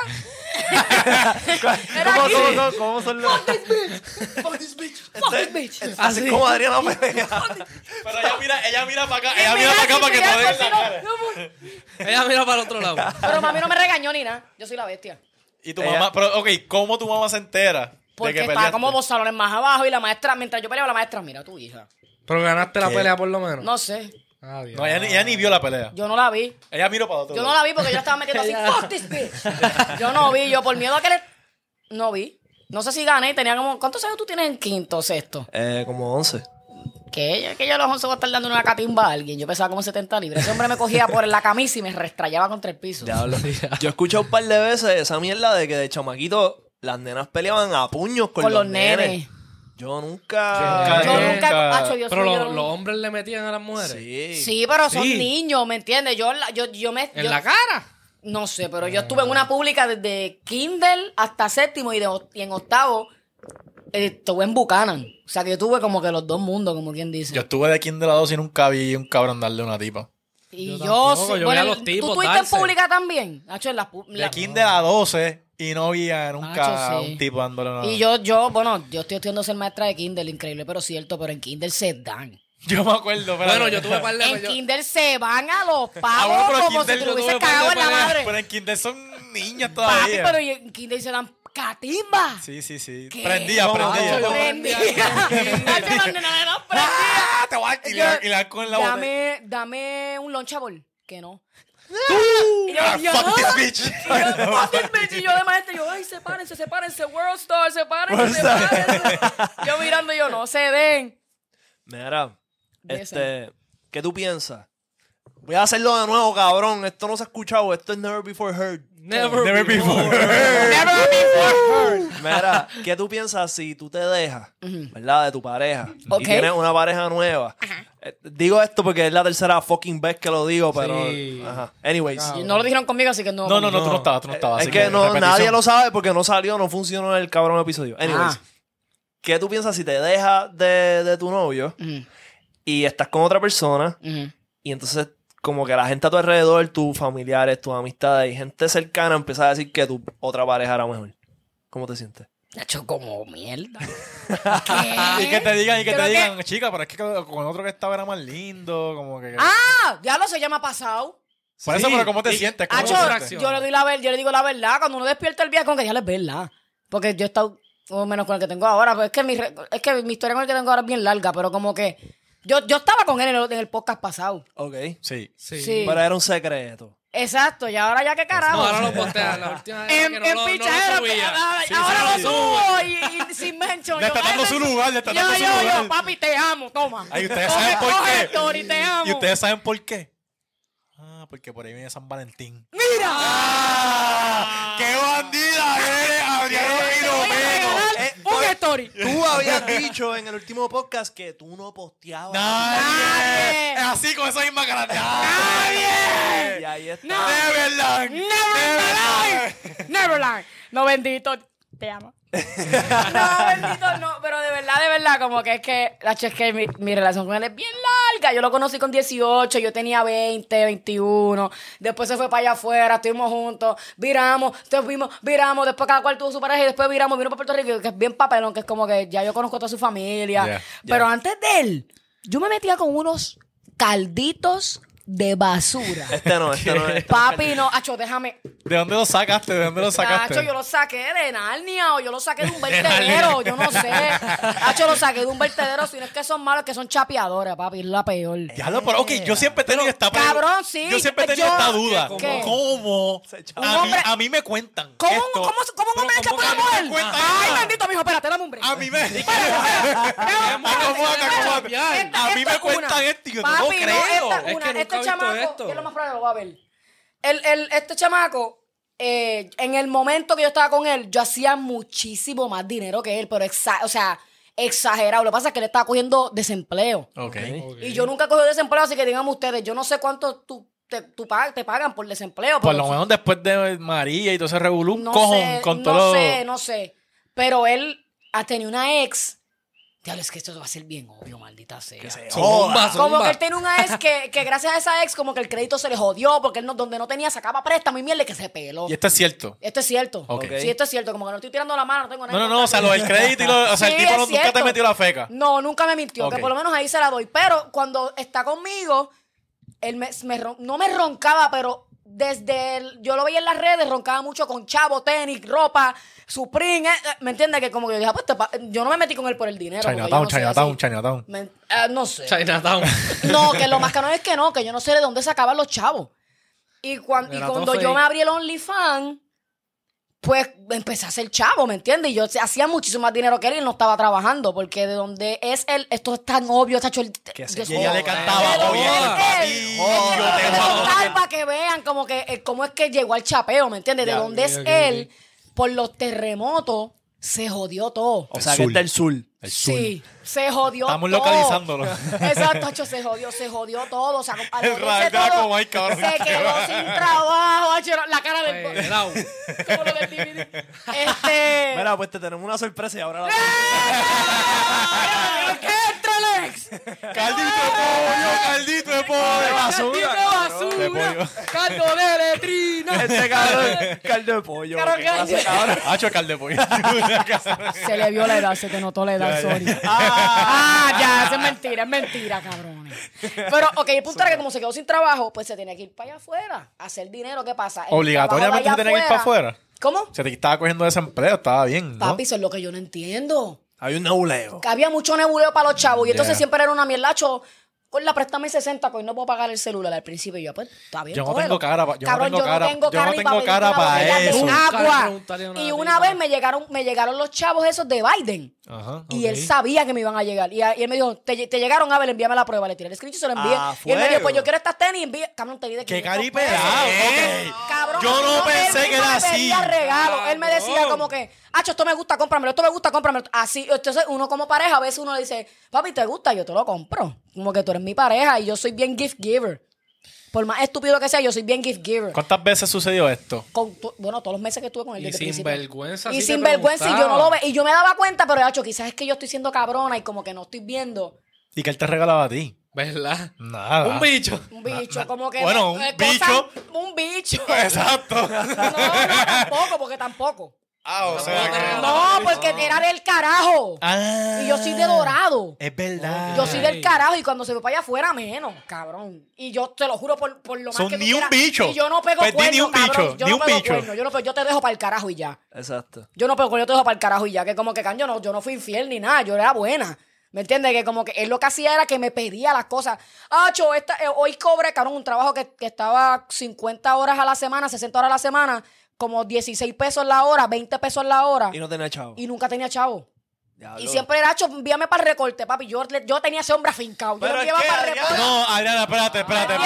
Era aquí. ¿Cómo son los...? Fuck this bitch. Fuck this bitch. Así como Adriana pelea. Pero ella mira para acá. Ella mira para acá para que no den la cara. Ella mira para el otro lado. Pero mami no me regañó ni nada. Yo soy la bestia. Y tu mamá... Pero, ok, ¿cómo tu mamá se entera de Porque que estaba peleaste? como 2 salones más abajo y la maestra, mientras yo peleaba, la maestra, mira tu hija. Pero ganaste la ¿Qué? pelea por lo menos. No sé. Ah, Dios. No, ella ni vio la pelea. Yo no la vi. Ella miró para otro Yo lado. no la vi porque yo estaba metiendo así, fuck this bitch. Yo no vi, yo por miedo a que le... No vi. No sé si gané, tenía como... ¿Cuántos años tú tienes en quinto o sexto? Como 11. Que yo a los 11 voy a estar dando una catimba a alguien. Yo pesaba como 70 libras. Ese hombre me cogía por la camisa y me restrayaba contra el piso. Diablo. Yo he escuchado un par de veces esa mierda de que de chamaquito las nenas peleaban a puños con los nenes. Yo nunca... Yo nunca... Acho, Dios Pero mío, los hombres le metían a las mujeres. Sí. Sí, pero son Sí. niños, ¿me entiendes? Yo ¿En la cara? No sé, pero yo estuve en una pública desde kinder hasta séptimo y en octavo estuve en Buchanan. O sea, que yo tuve como que los dos mundos, como quien dice. Yo estuve de kinder a 2 y nunca vi un cabrón darle a una tipa. Y Yo yo tampoco, sí. yo Bueno, vi a los tipos ¿tú estuviste darse. en pública también? Nacho, en De kinder a 12 y no vi nunca Nacho, a sí. un tipo dándole una... Y yo estoy estudiando ser maestra de kinder, increíble, pero cierto, pero en kinder se dan. Yo me acuerdo, pero... Bueno, yo tuve par de... En kinder se van a los pavos Ah, bueno, pero como si kinder te yo hubiese tuve par de cagado en la peleas, madre. Pero en kinder son niñas Papi, todavía. pero en kinder se dan catimba. Sí. ¿Qué? Prendía. Prendía. Nacho, las nenas prendía. Ah, te voy a alquilar y la con la botella. Dame un lunchabol. Que no. Ah, fuck this bitch. Fuck this bitch. Y yo de maestra, yo, ay, sepárense. World Star, sepárense. Yo mirando, yo, no se den. Mira, De ¿qué tú piensas? Voy a hacerlo de nuevo, cabrón. Esto no se ha escuchado. Esto es Never Before Heard. Never before. Mira, ¿qué tú piensas si tú te dejas, verdad, de tu pareja Ok. y tienes una pareja nueva? Digo esto porque es la tercera fucking vez que lo digo, pero... Sí. Ajá. Anyways. Ah, Y no lo dijeron conmigo, así que no. No, tú no estabas, Es así que no, repetición. nadie lo sabe porque no salió, no funcionó el cabrón episodio. Anyways, Ah. ¿qué tú piensas si te dejas de tu novio y estás con otra persona y entonces como que la gente a tu alrededor, tus familiares, tus amistades y gente cercana empieza a decir que tu otra pareja era mejor? ¿Cómo te sientes? Nacho, como mierda. Y que te digan, Creo chica, pero es que con otro que estaba era más lindo, como que... Ah, diablo, se llama pasado. Por eso, Sí. pero ¿cómo te sientes? ¿Cómo Acho, te Acho, sientes? yo le digo la verdad. Cuando uno despierta el viaje, como que ya es verdad. Porque yo he estado más o menos con el que tengo ahora. Pero es que mi historia con el que tengo ahora es bien larga. Pero como que yo estaba con él en el podcast pasado. Ok. Sí. Sí. Sí. Pero era un secreto. Exacto, y ahora ya qué carajo. No, ahora lo postea. La última vez En que no lo pichadero, subía. ahora lo subo y sin mention. Destacando su lugar, destacando su lugar. Yo, papi, te amo, toma. Ay, ustedes saben por Coge, qué. Story, te amo. ¿Y ustedes saben por qué? Porque por ahí viene San Valentín. ¡Mira! ¡Qué bandida eres, Adriano Un story. Tú habías dicho en el último podcast que tú no posteabas. ¡Nadie! Es así con esa misma cara. ¡Nadie! Y ahí está. No. Neverland. Neverland. No, bendito. Te amo. No, bendito, no. Pero de verdad, como que es que mi relación con él es bien larga. Yo lo conocí con 18, yo tenía 20, 21. Después se fue para allá afuera, estuvimos juntos, viramos, después cada cual tuvo su pareja y después vino para Puerto Rico, que es bien papelón, que es como que ya yo conozco a toda su familia. Yeah, Pero antes de él, yo me metía con unos calditos de basura. Este no es. Papi, no, acho, déjame. ¿De dónde lo sacaste? ¿De dónde lo sacaste? Hacho, yo lo saqué de Narnia o yo lo saqué de un vertedero, yo no sé. Hacho, lo saqué de un vertedero, si no es que son malos, que son chapeadores, papi, es la peor. Diablo, pero ok, yo siempre he tenido esta cabrón, sí. Yo siempre he tenido esta duda. ¿Qué? ¿Cómo? A mí me cuentan. ¿Cómo esto. un hombre echa por la ¿cómo que mujer? me cuentan? Ay, bendito, mijo, espérate, dame un break. A mí me... Acomódate. A mí me cuentan esto y yo no lo Papi, creo. Es que nunca he este visto chamaco, esto. que es lo más probable, lo va a ver. Este chamaco, en el momento que yo estaba con él, yo hacía muchísimo más dinero que él, pero exagerado. Lo que pasa es que él estaba cogiendo desempleo. Ok. Y yo nunca he cogido desempleo, así que díganme ustedes, yo no sé cuánto te pagan por desempleo. Por pero lo menos después de María y todo ese revolú, no cojón sé, con todo. no sé. Pero él ha tenido una ex. Diablo, es que esto va a ser bien obvio, maldita sea. Que se Zumba, joda. Como que él tiene una ex que gracias a esa ex como que el crédito se le jodió porque él donde no tenía sacaba préstamo y mierda que se peló. Y esto es cierto. Esto es cierto. Ok. Sí, esto es cierto. Como que no estoy tirando la mano, no tengo nada. No, o sea, lo del crédito y o sea, Sí, el tipo es nunca te cierto. metió la feca. No, nunca me mintió. Ok. Que por lo menos ahí se la doy. Pero cuando está conmigo, él no me roncaba, pero yo lo veía en las redes, roncaba mucho con chavo, tenis, ropa, Supreme, ¿me entiendes? Que como que yo dije, pues yo no me metí con él por el dinero. porque yo no soy así. Chinatown. No sé. Chinatown. No, que lo más caro es que yo no sé de dónde sacaban los chavos. Y cuando Era todo yo fake. me abrí el OnlyFans, pues empecé a ser chavo, ¿me entiendes? Y yo hacía muchísimo más dinero que él y él no estaba trabajando, porque de donde es él, esto es tan obvio, chacho. sí. Y ella le cantaba, de oye, dónde para es ti, él. yo te voy a dar. Para que vean como que cómo es que llegó al chapeo, ¿me entiendes? De Ya, dónde es ok. él, por los terremotos, se jodió todo. O sea, El que sur. está el sur. El sur. Sí, se jodió Estamos todo. localizándolo. Exacto, Hacho, se jodió todo. O sea, al El joderse radar todo, como hay, cabrón. se quedó sin trabajo, Hacho, la cara del... Pelao. como lo del DVD. Mira, pues te tenemos una sorpresa y ahora la ¿Qué entra, Alex? Caldito de pollo. Basura. De pollo. Caldo de letrina. Este cabrón, caldo de pollo. Claro qué que- clase de cabrón. Hacho, caldo de pollo. Se le vio la edad, se te notó la edad, sorry. Ya, eso es mentira, cabrones. Pero, ok, el punto era que como se quedó sin trabajo, pues se tenía que ir para allá afuera a hacer dinero. ¿Qué pasa? El Obligatoriamente trabajo se de tenía que ir allá para afuera. ¿Cómo? Se te estaba cogiendo desempleo, estaba bien, ¿no? Papi, eso es lo que yo no entiendo. Hay un nebuleo. Que había mucho nebuleo para los chavos y entonces Yeah. siempre era una mierdacho. Pues la préstame 60, pues no puedo pagar el celular al principio. Y yo, pues, está bien. Yo no cógelo. tengo cara pa- yo no Cabrón, tengo cara- yo no ni tengo pedirte cara una pa' botella de eso. Nunca le agua. preguntaría a una Y tipa. una vez me llegaron los chavos esos de Biden. Ajá. Y él sabía que me iban a llegar. Y él me dijo, te llegaron, a ver, envíame la prueba. Le tiré el screenshot y se lo envié. Y él me dijo, fuego. pues yo quiero estas tenis. Cabrón, te di de ¡Qué 500 cariperado! pesos. Ok. Cabrón, Yo no pensé él que era me así. pedía regalo. Él me decía Cabrón. como que, esto me gusta, cómpramelo, esto me gusta, cómpramelo. Así, entonces uno como pareja, a veces uno le dice, papi, ¿te gusta? Yo te lo compro. Como que tú eres mi pareja y yo soy bien gift giver. Por más estúpido que sea, yo soy bien gift giver. ¿Cuántas veces sucedió esto? Bueno, todos los meses que estuve con él. Y desde el sin principio. vergüenza. Y sí te sin vergüenza, y yo no lo preguntaba. ve. Y yo me daba cuenta, pero hecho, quizás es que yo estoy siendo cabrona y como que no estoy viendo ¿Y qué él te regalaba a ti? ¿Verdad? Nada. Un bicho. un bicho, como que. Bueno, un bicho. Un bicho. Exacto. No, tampoco, porque tampoco. Ah, o sea que... No, porque era del carajo. Ah. Y yo soy de Dorado. Es verdad. Yo soy del carajo y cuando se ve para allá afuera, menos, cabrón. Y yo te lo juro por lo más Son que tú ni un quieras. bicho. Y yo no pego Pues di cuernos, ni un bicho, cabrón. Yo ni no un pego bicho. cuernos. Yo te dejo para el carajo y ya. Exacto. Yo no pego cuernos, yo te dejo para el carajo y ya. Que como que yo no fui infiel ni nada. Yo era buena. ¿Me entiendes? Que como que él lo que hacía era que me pedía las cosas. Hoy cobré, cabrón, un trabajo que estaba 50 horas a la semana, 60 horas a la semana, como 16 pesos la hora, 20 pesos la hora. Y no tenía chavo. Y nunca tenía chavo. Diablo. Y siempre era, envíame para el recorte, papi. Yo tenía ese hombre afincado. Yo Pero lo es enviaba que, para el Adriana, recorte. No, Adriana, espérate.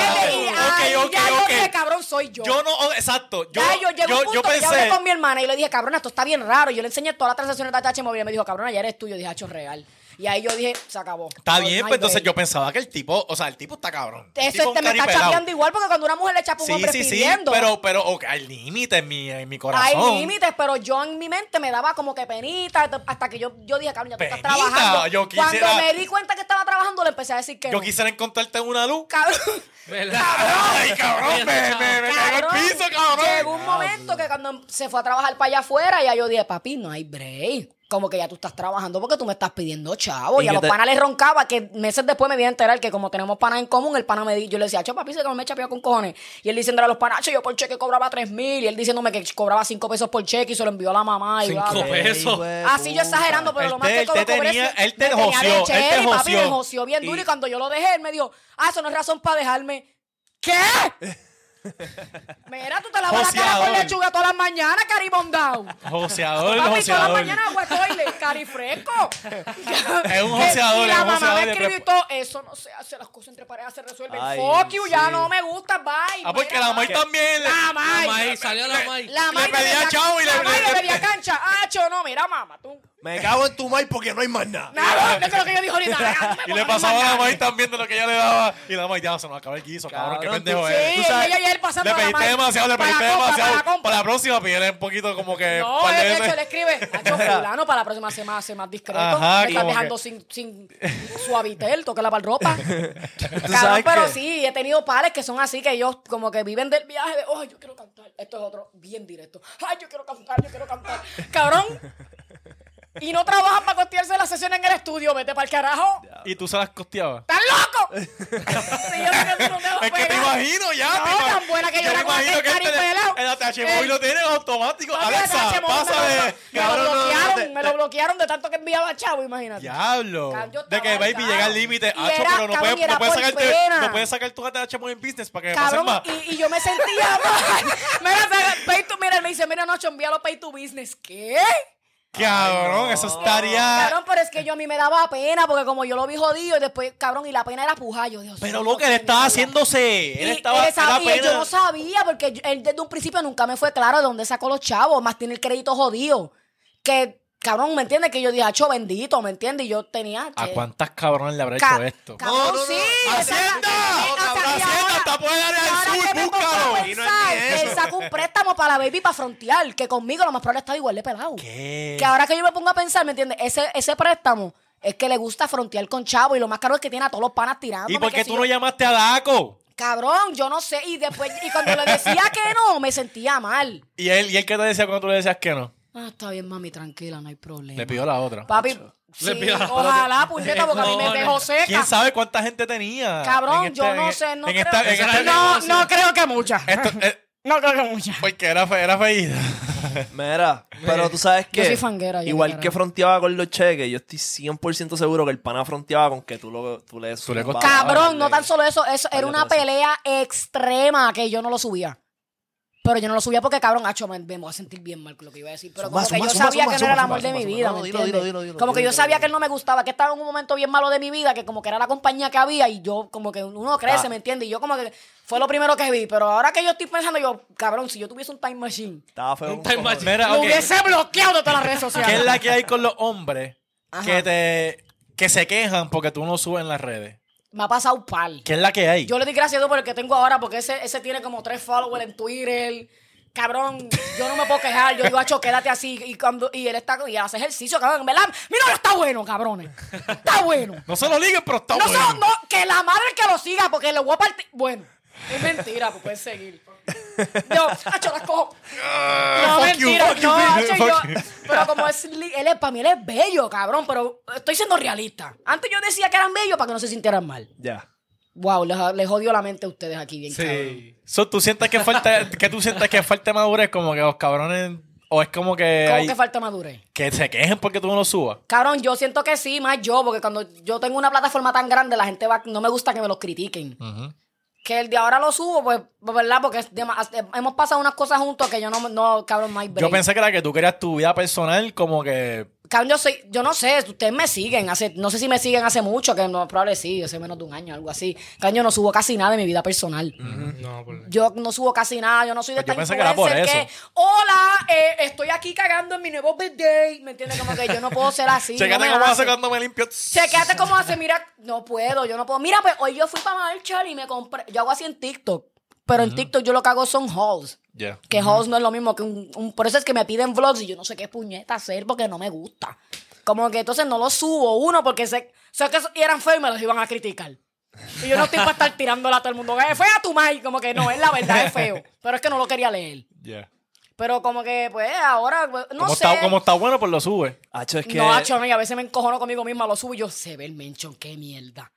Ok. Yo dije, cabrón, soy yo. Yo no, exacto. Yo llegué a un punto que yo hablé con mi hermana y le dije, cabrón, esto está bien raro. Yo le enseñé todas las transacciones de ATH móvil y me dijo, cabrón, ya eres tú. Yo dije, hacho, real. Y ahí yo dije, se acabó. Está No, bien, no pues hay entonces break. yo pensaba que el tipo está cabrón. El Eso tipo me está caripelado. chapeando igual porque cuando una mujer le chapa a un hombre Sí, pidiendo. pero okay, hay límites en mi corazón. Hay límites, pero yo en mi mente me daba como que penita hasta que yo dije, cabrón, ya tú estás Penita, trabajando. yo quisiera- Cuando me di cuenta que estaba trabajando, le empecé a decir que Yo no. quisiera encontrarte en una luz. Cabrón. ¿Verdad? Ay, cabrón, me caigo al piso, cabrón. Llegó un momento que cuando se fue a trabajar para allá afuera, ya yo dije, papi, no hay break. Como que ya tú estás trabajando porque tú me estás pidiendo chavo. Y Y a que los te- panas les roncaba que meses después me di a enterar que como tenemos panas en común, el pana yo le decía, papi, se que me chapeó con cojones. Y él diciéndole a los panas, yo por cheque cobraba 3,000. Y él diciéndome que cobraba 5 pesos por cheque y se lo envió a la mamá. Y bla, 5 bla. pesos. Así yo exagerando, pero Él lo más te- que él te cobré tenía- sí, él te me tenía joseó, de él te cherry, papi, joseó. me joseó bien duro. Y cuando yo lo dejé, él me dijo, eso no es razón para dejarme. ¿Qué? Mira, tú te lavas la cara con Joseador. lechuga todas las mañanas, caribondao. Joseador, Papi, todas las joseador. mañanas agua toilet, cari fresco. Es un joseador, Y la es un mamá joseador me de escribió y todo, eso no se hace, las cosas entre parejas se resuelven. Ay, Fuck you, ya sí. no me gusta, bye. Ah, porque Mira, la May bye. también. La May. La May, salió la May. La May le pedía chavo y la le- May le pedía cancha. No, mira, mamá, tú. Me cago en tu mal porque no hay más nada. Nada, eso es lo que yo dije ahorita. Y le pasaba a la May también de lo que ella le daba. Y la May, ya se nos acaba el guiso, cabrón. Qué Cabrón, pendejo tú- es. Sí, Tú sabes, ella y él pasando Le a la pediste May. demasiado, le Para pediste la compra, demasiado. para la compra. Para la próxima, pídele un poquito como que. No, par de de hecho, veces. le escribe, Nacho fulano, para la próxima semana ser más discreto. Ajá, me estás como dejando sin suavitel, toque la ropa. Cabrón, sabes pero que- sí, he tenido pares que son así, que ellos como que viven del viaje de, yo quiero cantar. Esto es otro bien directo. Ay, yo quiero cantar. Cabrón. Y no trabajan para costearse la sesión en el estudio, vete para el carajo. Y tú se las costeabas. ¿Estás loco? Sí, yo sé que tú no te vas a Es que te pegar. imagino ya. No, te imag- tan buena que yo era me con imagino aquel que caripelado. el ATH móvil lo tiene automático. Papi, Alexa, ATH móvil pásale. me lo bloquearon de tanto que enviaba chavo, imagínate. Diablo. Yo De que estaba baby llega al límite. Y Acho, era, pero no cabrón, y puedes era por sacarte. pena. No puedes sacar tu ATH móvil business para que me pasen Cabrón, más. y yo me sentía mal. Mira, él me dice, mira, Nacho, envíalo pay to business. ¿Qué? Cabrón, eso estaría. Cabrón, pero es que a mí me daba pena, porque como yo lo vi jodido, y después, cabrón, y la pena era pujar. Yo, Dios Pero mío, lo que él estaba mierda. haciéndose. Él Y estaba. él sabía, era y yo no sabía, porque él desde un principio nunca me fue claro de dónde sacó los chavos, más tiene el crédito jodido. Que, cabrón, ¿me entiendes? Que yo dije, acho, bendito, ¿me entiendes? Y yo tenía... ¿A cuántas cabrones le habrá hecho esto? Cabrón, sí. ¡Hacienda! ¡Hacienda! ¡Está por el área Ahora del que sur! me pongo a ¡Búscalo! pensar, él sacó un préstamo para la baby para frontear, que conmigo lo más probable estaba igual de pelado. ¿Qué? Que ahora que yo me pongo a pensar, ¿me entiendes? Ese préstamo es que le gusta frontear con chavo y lo más caro es que tiene a todos los panas tirando. ¿Y por qué tú no llamaste a Daco? Cabrón, yo no sé. Y después, y cuando le decía que no, me sentía mal. ¿Y él qué te decía cuando tú le decías que no? Está bien, mami, tranquila, no hay problema. Le pidió la otra. Papi, Le sí, pidió la ojalá, puñeta, porque a mí me cojones. dejó seca. ¿Quién sabe cuánta gente tenía? Cabrón, En yo no en- sé, no en creo. esta- en esta- No creo que mucha. Esto, No creo que mucha. porque era feída. Mira, pero tú sabes que Yo soy fanguera, yo igual no que creo. fronteaba con los cheques, yo estoy 100% seguro que el pana fronteaba con que tú le le zumbabas, Cabrón, no le- tan solo eso era Vale, una gracias. pelea extrema que yo no lo subía. Pero yo no lo subía porque, cabrón, acho, me voy a sentir bien mal con lo que iba a decir. Pero Zumba, como que zumba, yo zumba, sabía zumba, que no era el zumba, amor de zumba, mi zumba. vida, No, ¿me dilo, entiendes? dilo, Como que dilo, yo sabía dilo. que él no me gustaba, que estaba en un momento bien malo de mi vida, que como que era la compañía que había y yo, como que uno crece, ¿me entiendes? Y yo como que fue lo primero que vi. Pero ahora que yo estoy pensando, yo, cabrón, si yo tuviese un time machine, Estaba feo. Un time con machine. Mira, lo ok. hubiese bloqueado de todas las redes sociales. ¿Qué es la que hay con los hombres Ajá. que se quejan porque tú no subes en las redes? Me ha pasado pal. ¿Qué es la que hay? Yo le di gracias a Dios por el que tengo ahora, porque ese tiene como 3 followers en Twitter. Cabrón, yo no me puedo quejar. Yo digo, acho, quédate así. Y él está y hace ejercicio, cabrón. ¿Verdad? Mira, no está bueno, cabrones. Está bueno. No se lo liguen, pero está No, bueno. no, que la madre que lo siga, porque le voy a partir. Bueno, es mentira, pues puedes seguir. Yo, acho, las cojo. No, fuck you, mentira. fuck you, No, bitch, acho, fuck yo. you. Pero como para mí él es bello, cabrón. Pero estoy siendo realista. Antes yo decía que eran bellos para que no se sintieran mal. Ya. Wow, les jodió la mente a ustedes aquí bien, cabrón. Sí. So, ¿tú sientes que falta madurez? Como que los cabrones ¿O es como que ¿Cómo hay- que falta madurez? que se quejen porque tú no lo subas? Cabrón, yo siento que sí, más yo, porque cuando yo tengo una plataforma tan grande, la gente va, no me gusta que me los critiquen. Que el de ahora lo subo, pues, ¿verdad? Porque hemos pasado unas cosas juntos que yo no cabrón, no hay break. Yo pensé que era que tú querías tu vida personal como que... Cabrón, yo no sé, ustedes me siguen, no sé si me siguen hace mucho, que no, probable sí, hace menos de un año, algo así. Cabrón, yo no subo casi nada de mi vida personal. No, por Yo no subo casi nada, yo no soy de Pues yo esta pensé que era por influencer eso. hola, estoy aquí cagando en mi nuevo birthday, ¿me entiendes? Como que yo no puedo ser así. Chécate no me cómo hace. hace cuando me limpio. Chequéate cómo hace, mira, no puedo, yo no puedo. Mira, pues hoy yo fui para Marshall y me compré, yo hago así en TikTok, pero en TikTok yo lo que hago son hauls. Ya. Que hauls no es lo mismo que por eso es que me piden vlogs y yo no sé qué puñeta hacer porque no me gusta. Como que entonces no los subo, uno, porque sé que eran feos y me los iban a criticar. Y yo no estoy para estar tirándola a todo el mundo. Es fea tu mai, como que no, es la verdad, es feo. Pero es que no lo quería leer. Ya. Pero como que, pues, ahora, pues, no Como sé. como está bueno, pues lo sube. Hacho, es que... No, hacho, no, y a veces me encojono conmigo misma, lo subo y yo, se ve el mention, qué mierda.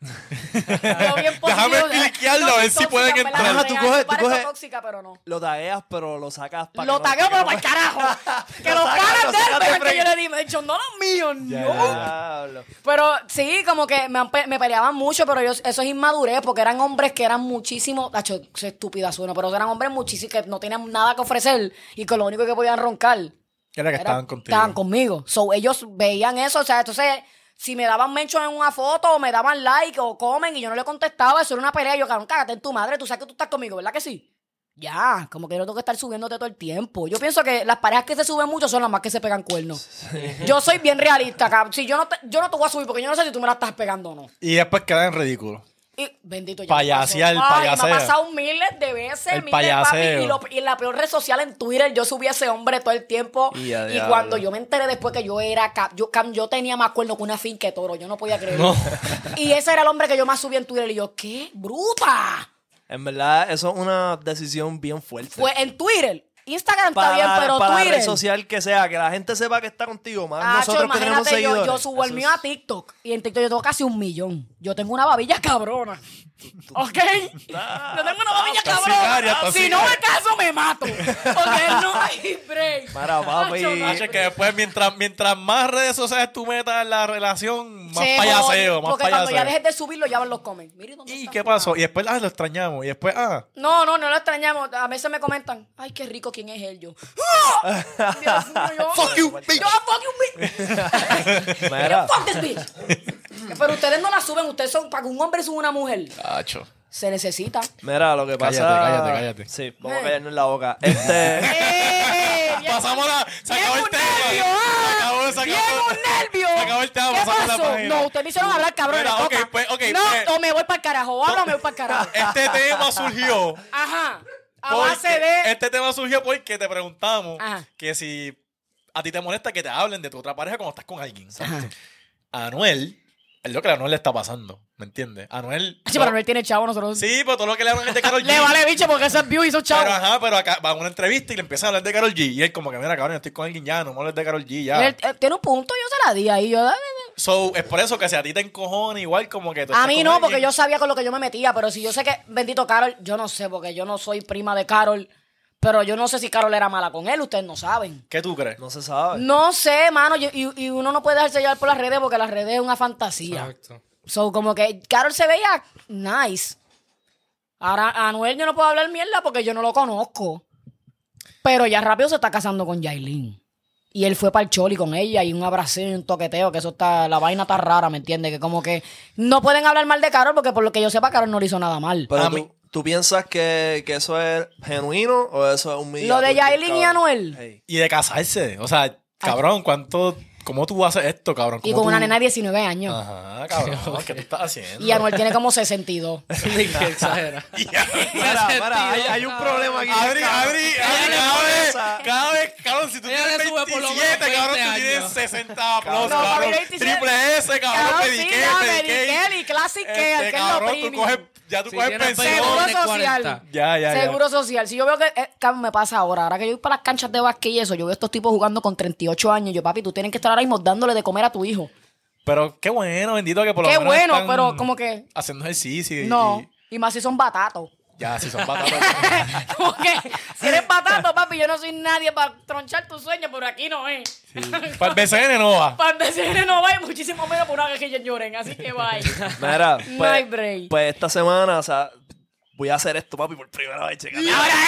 Yo bien Déjame positivo, cliquearlo, no a soy ver si pueden tóxica, entrar. ¿verdad? Ajá, tú Real, coges- parezco tú coges- tóxica, pero no. Lo tagueas, pero lo sacas para Lo tagueo, pero para el carajo. Que Lo los sacas, panas lo de él sacas de vean que frente. yo le di mention, no los míos, no. Diablo. Pero sí, como que me peleaban mucho, pero eso es inmadurez, porque eran hombres que eran muchísimo, acho, qué estúpida suena, pero eran hombres muchísimos que no tenían nada que ofrecer y que lo único que podían roncar Era que era- estaban contigo. estaban conmigo. So, ellos veían eso, o sea, entonces, si me daban mention en una foto, o me daban like, o comen, y yo no le contestaba, eso era una pelea, yo, cabrón, cágate en tu madre, tú sabes que tú estás conmigo, ¿verdad que sí? Ya, como que yo no tengo que estar subiéndote todo el tiempo. Yo pienso que las parejas que se suben mucho son las más que se pegan cuernos. Yo soy bien realista, cabrón. Si yo no te voy a subir porque yo no sé si tú me la estás pegando o no. Y después quedan en ridículo. Y bendito ya. Payasear, me pasó. Ay, payasea. me ha pasado miles de veces. El miles, payaseo. papi, y la peor red social en Twitter, yo subí a ese hombre todo el tiempo. Y a Y diablo. cuando yo me enteré después que yo era yo tenía más cuerno que una finca de toro. Yo no podía creerlo. No. Y ese era el hombre que yo más subí en Twitter. Y yo, ¡qué bruta! En verdad, eso es una decisión bien fuerte. Pues en Twitter. Instagram está para bien, pero para la Twitter. red social que sea, que la gente sepa que está contigo, más Acho, nosotros que tenemos imagínate, seguidores. yo subo el Eso mío es- a TikTok y en TikTok yo tengo casi 1 millón. Yo tengo una babilla cabrona. ¿Ok? Yo tengo una babilla está cabrona. sicaria, está Si no me sicaria. caso, me mato. Porque no hay break. Mira, papi. Acho, no hay Hacho, que después, mientras más redes sociales tú metas en la relación, más Se payaseo, jode, más porque cuando ya payaseo. dejes de subirlo, ya van los comments. Mire, ¿dónde ¿Y está qué fulano? pasó? Y después, lo extrañamos. Y después, No lo extrañamos. A veces me comentan, ay, qué rico, ¿quién es él? Yo, ¡ah! Dios mío, yo, Fuck you, bitch. Yo, fuck you, bitch. Mira. Fuck this bitch. Pero ustedes no la suben, ustedes son, para que un hombre suba una mujer, Hacho. se necesita. Mira, lo que pasa... Cállate. Sí, vamos a callarnos la boca. Este... Pasamos la... Se acabó el tema. nervio, Se acabó, ¡Bien un nervio! Se acabó el tema, ¿Qué pasamos la pasó? página. No, ustedes me hicieron hablar, cabrón. Mira, me ok, toca. pues, ok, no, pues. o me voy para el carajo, o hablo o me voy para el carajo. Este tema surgió... Ajá. A porque- base de... Este tema surgió porque te preguntamos Ajá. que si a ti te molesta que te hablen de tu otra pareja cuando estás con alguien. Ajá. A Anuel, es lo que a Anuel le está pasando, ¿me entiendes? Anuel... Sí, pero Anuel tiene chavo, nosotros... Sí, pero todo lo que le hablan es de Karol G. Le vale bicho porque ese es view y esos Pero chavos. pero acá va a una entrevista y le empiezan a hablar de Karol G. Y él como que, mira, cabrón, yo estoy con alguien ya, no me hables de Karol G ya. Él tiene un punto, yo se la di ahí. Yo, So, es por eso que si a ti te encojona igual como que tú a estás mí con no, alguien- porque yo sabía con lo que yo me metía, pero si yo sé que, bendito Carol, yo no sé, porque yo no soy prima de Carol, pero yo no sé si Carol era mala con él, ustedes no saben. ¿Qué tú crees? No se sabe. No sé, mano, y uno no puede dejarse llevar por las redes porque las redes es una fantasía. Exacto. So, como que Carol se veía nice. Ahora, a Anuel yo no puedo hablar mierda porque yo no lo conozco. Pero ya rápido se está casando con Yailin. Y él fue para el choli con ella y un abrazo y un toqueteo, que eso está, la vaina está rara, ¿me entiendes? Que como que no pueden hablar mal de Carol porque por lo que yo sepa, Carol no le hizo nada mal. Pero A tú, mí- ¿tú piensas que eso es genuino o eso es un media Lo de porque, Yailin y cabrón, Anuel. hey. Y de casarse. O sea, cabrón, ¿cómo tú haces esto, cabrón? Y ¿Cómo con una tú- nena de 19 años. Ajá, cabrón, ¿qué tú estás haciendo? Y Anuel tiene como 62. Qué exagera. Mira, hay un problema aquí. Adri, cabrón, si tú Ella tienes le sube por lo menos 27, cabrón, 20 tú tienes años. 60 plus, No, cabrón. papi, 27. Triple S, cabrón, Cabrón, sí, Medicaid, ya, Medicaid. Medicaid y Classic Care, que es lo cabrón, tú premium. coges, ya tú Si coges tienes pensión. Seguro 20, social. 40. Ya. Seguro social. Si yo veo que, cabrón, me pasa ahora que yo voy para las canchas de básquet y eso, yo veo a estos tipos jugando con 38 años. Y yo, papi, tú tienes que estar ahora mismo dándole de comer a tu hijo. Pero qué bueno, bendito que por lo Qué menos bueno, están pero como que haciendo ejercicio. no. Y más si son batatos. Ya, si son batatas. Como que si eres batato, papi, yo no soy nadie para tronchar tu sueño, pero aquí no es. Para el BCN no va. Para decirle no va y muchísimo menos por una que lloren, así que bye. Mira, No hay break. pues esta semana, o sea, voy a hacer esto, papi, por primera vez, checate.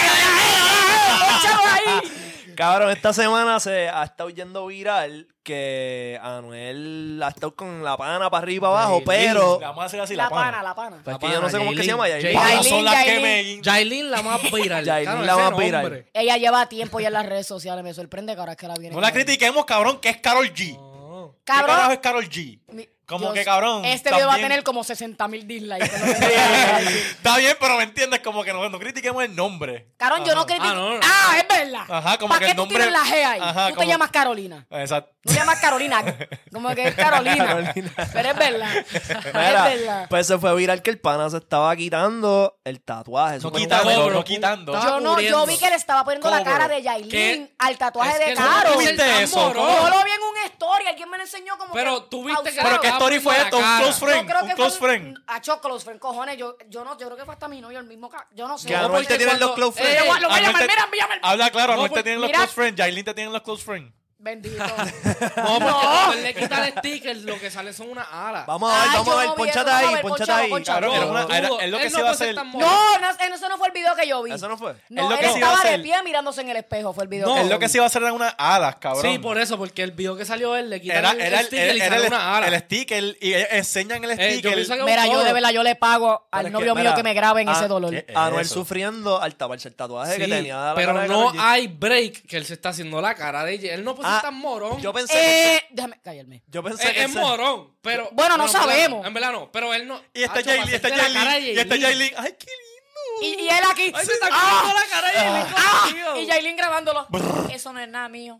¡Chavo ahí! Cabrón, esta semana se ha estado yendo viral que Anuel ha estado con la pana para arriba y para abajo, pero... Le vamos a hacer así La pana. Pues que yo no sé cómo es que se llama. Yailin. Panas Yailin, son las que Yailin. me... Yailin la más viral. Yailin Claro, la ese más viral. nombre. Ella lleva tiempo ya en las redes sociales. Me sorprende que ahora es que la viene. No la critiquemos, cabrón, que es Karol G. No. ¿Qué carajo Cabrón. es Karol G? Como Dios, que cabrón. Este video va a también- tener como 60,000 dislikes. es lo que te voy a decir. Está bien, pero me entiendes, como que no critiquemos el nombre. Cabrón, yo no critico. no. Es verdad. Ajá, como ¿Para que qué el tú nombre- tienes la G ahí? Ajá, Tú te como- llamas Carolina. Exacto. Tú te llamas Carolina. Como que es Carolina. Carolina. Pero es verdad. Es Mira, verdad. pues se fue viral que el pana se estaba quitando el tatuaje. No Súper quitando, cobro, no quitando. estaba Yo cubriendo. vi que le estaba poniendo la Cobro. cara de Yailin ¿Qué? al tatuaje Es de que no Caro. ¿tú viste tan eso? morón. Yo lo vi en una story, alguien me lo enseñó como Pero que tú viste que- pausado. ¿Pero qué story fue esto? ¿Un cara. close friend? Yo creo ¿Un que close fue friend? Acho, close friend, cojones. Yo creo que fue hasta mi novio el mismo. Yo no sé. Que No, Anuel te porque tienen los cuando- close friends. Lo voy a Anuel llamar, te- mira, envíame el... Habla claro, No, Anuel te porque- tienen los mira- close friends, Yailin te tienen los close friends. Bendito. No, porque cuando él le quita el sticker, lo que sale son unas alas. Vamos a ver, Ay, vamos a yo ver, no vi ponchate eso, ahí, vamos a ver, ponchate ponchalo, ahí. ponchalo. Cabrón, era una- Dudo, es lo que él se no iba a puede ser hacer. tan morón. No, eso no fue el video que yo vi. ¿Eso no fue? No, Es lo él que se iba a estaba de hacer. pie mirándose en el espejo, fue el video. No. que Es yo lo que vi. se iba a hacer eran unas alas, cabrón. Sí, por eso, porque el video que salió él le quitan Era, el era, el, sticker y era sale el, una ala. el sticker y ellos enseñan el yo sticker. pienso que- Mira, yo de verdad, yo le pago Pero al es novio que, mío mira, que me graben ese dolor. ¿qué? Anuel Eso. sufriendo al taparse el tatuaje que Sí, tenía de la pero cara de no Karol G. hay break que él se está haciendo la cara de ella. Él no puede ser tan morón. Yo pensé Déjame callarme. yo pensé que Es morón, pero... Bueno, no en verdad sabemos. En verdad no, pero él no... Y está Hacho, Yailin, para está hacerte la cara de Yailin, y está Yailin. ¡Ay, qué lindo! Y él aquí. Ay, se está comiendo la cara de Yailin contigo. Y Yailin grabándolo. Eso no es nada mío.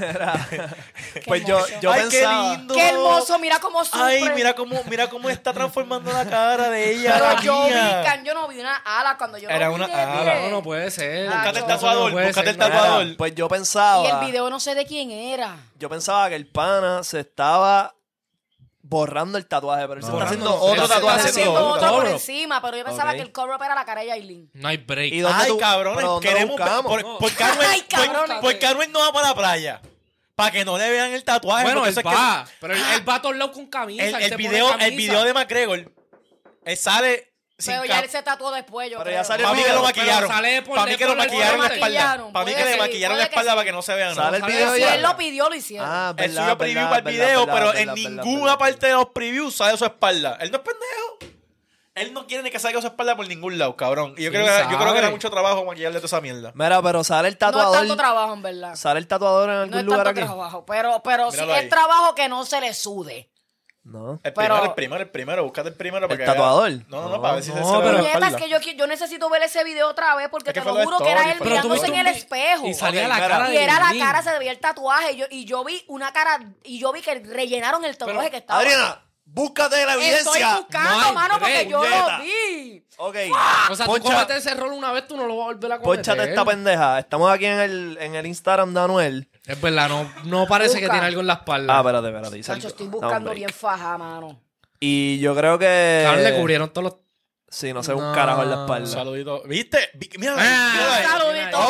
pues yo hermoso. ¡Ay, pensaba qué lindo! Qué hermoso, mira cómo sufre. Ay, mira cómo está transformando la cara de ella. Pero la yo mía. yo no vi una ala cuando yo Era lo vi una de ala. pie. No, no puede ser. Búscate el Eso tatuador, puede búscate ser, el no. tatuador. Mira, pues yo Y pensaba el video no sé de quién era. yo pensaba que el pana se estaba borrando el tatuaje, pero él se está Borrando, haciendo no, otro él se tatuaje está Haciendo haciendo otro por cover-up. encima, pero yo pensaba Ok. que el cover-up era la cara de Yailin. No hay break. ¿Y dónde Ay, tú- cabrones, pero dónde lo queremos ver. buscamos? ¿Por qué Anuel- Ay, cabrones. por qué Anuel no va para la playa? Para que no le vean el tatuaje. Bueno, porque él eso es va. Pero él va a todos lados con camisa. él el se pone video, el camisa. video de McGregor, él sale sin Pero ya él se tatuó después, yo Pero creo. ya salió Para mí que lo Pero maquillaron. sale por- Para mí que lo por- maquillaron la lo espalda. maquillaron, Para mí puede que le que sí, maquillaron la puede que espalda sí. para que no se vean. Sale el ¿no? video Si ya. él lo pidió, lo hicieron. Ah, Él verdad, subió preview verdad, para el verdad, video, verdad, pero verdad, en verdad, ninguna verdad. parte de los previews sale su espalda. Él no es pendejo. Él no quiere ni que salga su espalda por ningún lado, cabrón. Y yo, Sí, creo que sabe. era mucho trabajo maquillarle toda esa mierda. Mira, pero sale el No es tatuador. tanto trabajo, en verdad. Sale el tatuador en No algún es lugar tanto aquí. trabajo. Pero sí Míralo es ahí. trabajo que no se le sude. No. El Pero- primero, búscate el primero. para que tatuador? vea. No, para ver si se No, se ve pero- la Nieta, es espalda. que yo necesito ver ese video otra vez porque Es que te fue lo lo juro de que era story, él fue- mirándose tuviste en el un espejo. Y salía Ok, la mira. cara de Y era la Yailin. cara, se veía el tatuaje. Y yo vi una cara, y yo vi que rellenaron el tatuaje que estaba. Adriana, búscate la Estoy evidencia. buscando, No hay mano, porque break, yo puñeta. lo vi. Ok. O sea, tú cometes ese rol una vez, tú no lo vas a volver a cometer. Pónchate esta pendeja. Estamos aquí en el Instagram de Anuel. Es verdad, no parece que Busca. tiene algo en la espalda. Ah, espérate. dice Chacho, algo. estoy Dame un buscando break. bien faja, mano. Y yo creo que... Claro, le cubrieron todos los... Sí, no sé, un No. carajo en la Un espalda. saludito. ¿Viste? Mira, Ah, mira ahí. saludito.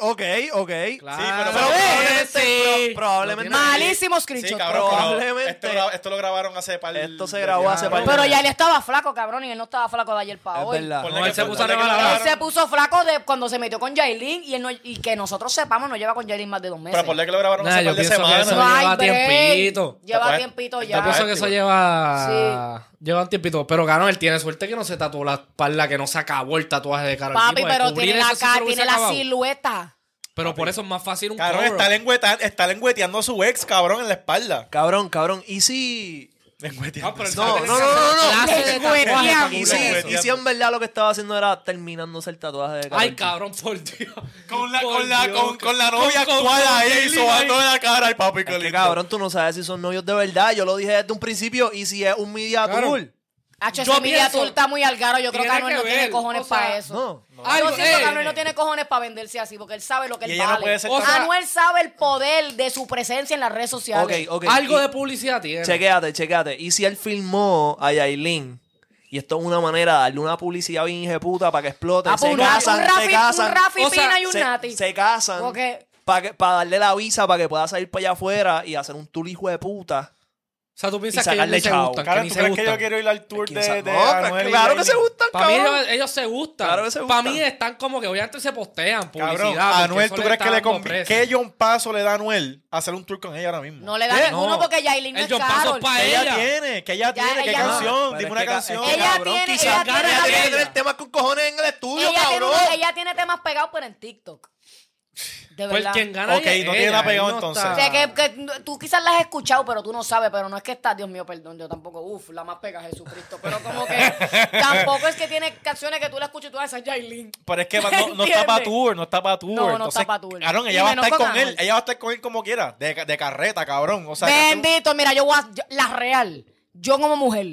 Ok. Claro, pero probablemente- probablemente- no tiene- Malísimo Sí, screenshot. cabrón, Probablemente- esto lo grabaron hace par Esto se grabó hace par de Pero meses. ya él estaba flaco, cabrón, y él no estaba flaco de ayer para Es hoy. verdad. Ponle No, que él se fue- puso a ponle que regalar. lo Él grabaron. se puso flaco de cuando se metió con Yailin y que nosotros sepamos, no lleva con Yailin más de 2 meses. Pero ponle que lo grabaron Nah, hace yo par de pienso que semanas. eso- No hay lleva break. tiempito. Lleva Después- tiempito Yo ya. pienso que eso lleva... Sí. Lleva un tiempito. Pero, claro, él tiene suerte que no se tatuó la espalda, que no se acabó el tatuaje de Karol G, Papi, porque pero cubrir tiene la eso sí se cara, lo hubiese tiene la acabado. silueta. Pero por eso es más fácil un Cabrón, cover-up. está lengüeteando a su ex, cabrón, en la espalda. Cabrón. ¿Y si... Lengüeteando. pero él No, sabe que no, se no, hace no, no. clase de Lengüeteando. tatuaje para ¿Y cubrir. si en verdad lo que estaba haciendo era terminándose el tatuaje de Karol Ay, G? cabrón, por Dios. Con la Por Dios. novia Con actual ahí, Yailin sobando ahí. la cara. Ay, papi, qué Es que, lindo. cabrón, tú no sabes si son novios de verdad. Yo lo dije desde un principio. ¿Y si es un media Claro. tour? Hacho, Yo ese media pienso- tour está muy algaro. Yo creo que Tiene Anuel que no tiene ver, cojones o sea, para eso. No. Algo- Yo siento que eh, Anuel no tiene cojones para venderse así, porque él sabe lo que Y él ella no vale. puede ser O sea, Anuel sabe el poder de su presencia en las redes sociales. Ok. Algo Y- de publicidad tiene. Chequéate. ¿Y si él filmó a Yailin Y esto es una manera de darle una publicidad bien hijeputa para que explote. Ah, pues Se un casan, se un casan. Rafi O sea, Pina y un Nati. Se casan Porque para darle la visa para que pueda salir para allá afuera y hacer un tour hijo de puta. O sea, tú piensas Y que ellos sacarle ni se chavo. gustan, que Cabrón, ni ¿tú se crees que yo gustan. quiero ir al tour ¿Quién de sabe? No, Anuel y claro que Yailin? se gustan, Para mí cabrón. ellos se gustan. Claro que se Para gustan. mí están como que obviamente se postean publicidad. Cabrón, porque Anuel, eso ¿tú le crees está que le dando conviene? precio. ¿Qué John Paso le da a Anuel a hacer un tour con ella ahora mismo? no le da ¿Qué? ninguno No. porque Yailin no El es John Paso Carol. es pa' ¿Qué ella ella. tiene? ¿Qué ella tiene? ¿Qué ella no. canción? Pero Dime es una que canción. ella cabrón, tiene- quizás ella Gary tiene- tiene que ella- tener temas con cojones en el estudio, cabrón. Ella tiene temas pegados, pero en TikTok. De Pues verdad. quien gana Ok, es no tiene ella, nada pegado él no entonces. está- O sea, que tú quizás las has escuchado, pero tú no sabes, pero no es que está, Dios mío, perdón, yo tampoco, la más pega Jesucristo, pero como que tampoco es que tiene canciones que tú la escuchas y tú vas a decir Yailin. Pero es que no está para tour, no está para tour. No, no Entonces, está pa' tour. Cabrón, Y ella va a menos estar con con él. Anuel. Ella va a estar con él como quiera. De carreta, cabrón. O sea, Bendito, mira, la real, yo como mujer,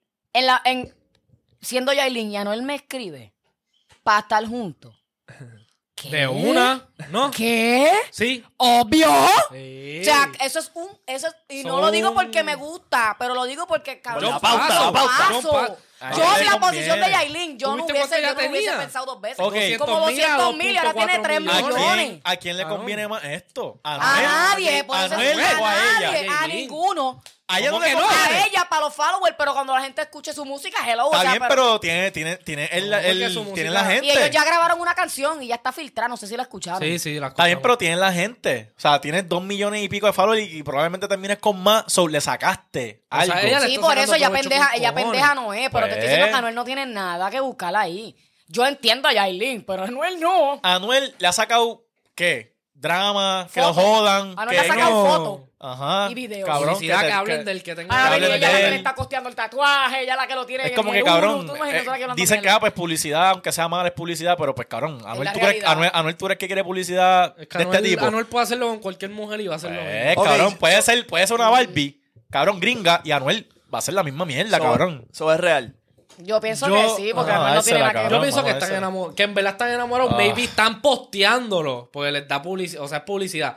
siendo Yailin y Anuel me escribe para estar juntos. ¿Qué? De una, ¿no? ¿Qué? Sí. Obvio. Sí. O sea, y no lo digo porque me gusta, pero lo digo porque, cabrón, John paso, Paso, la pauta. paso. John Pa- A Yo ella en le la posición de conviene. Yailin, yo no ¿Tuviste cuánto hubiese, ella yo no hubiese tenía? pensado dos veces. Ok. Como 200,000 y ahora tiene 3 millones. millones. ¿A quién le Cabrón. conviene más esto? A nadie, por eso Anuel a o a ella. nadie, a Yailin. ninguno. A ella no ¿Cómo le que no? conviene. A ella, para los followers, pero cuando la gente escuche su música, hello. o Está sea, bien, pero tiene porque su música- tiene la gente. Y ellos ya grabaron una canción y ya está filtrada, no sé si la escucharon. Sí, sí, la Está bien, pero tienen la gente. O sea, tienes 2 millones y pico de followers y probablemente termines con más. So, le sacaste O sea, algo. ella le Sí, está por eso sacando ella provecho pendeja, con ella cojones. pendeja no es, pero te estoy Pues. diciendo que Anuel no tiene nada que buscar ahí. Yo entiendo a Yailin, pero Anuel no. Anuel le ha sacado, ¿qué? Drama, que lo Foto. jodan. Anuel que le ha sacado no. fotos. Ajá. Y videos. Cabrón, Publicidad te- que hablen del que tenga Ahora hablen viene ella de la que él. le está costeando el tatuaje, ella la que lo tiene Es en como el que, uno, cabrón, tú imaginas, tú la que hablando dicen que mierda. pues publicidad, aunque sea mala, es publicidad, pero pues cabrón, Anuel, la ¿tú crees, realidad. Anuel, tú eres que quiere publicidad Es que de este Anuel, tipo? Anuel puede hacerlo con cualquier mujer y va a hacerlo bien. Ok, Cabrón, puede ser una Barbie, cabrón, gringa, y Anuel va a ser la misma mierda, cabrón. Eso es real. Yo pienso Yo- que sí, porque Ajá, Anuel no tiene dársela, nada que ver. Yo cabrón, pienso que vamos a están ver. enamorados, que en verdad están enamorados, maybe están posteándolo, porque les da publicidad, o sea, es publicidad.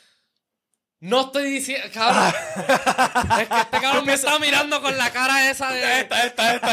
No estoy diciendo, cabrón. Es que este cabrón me está mirando con la cara esa de. Esta es la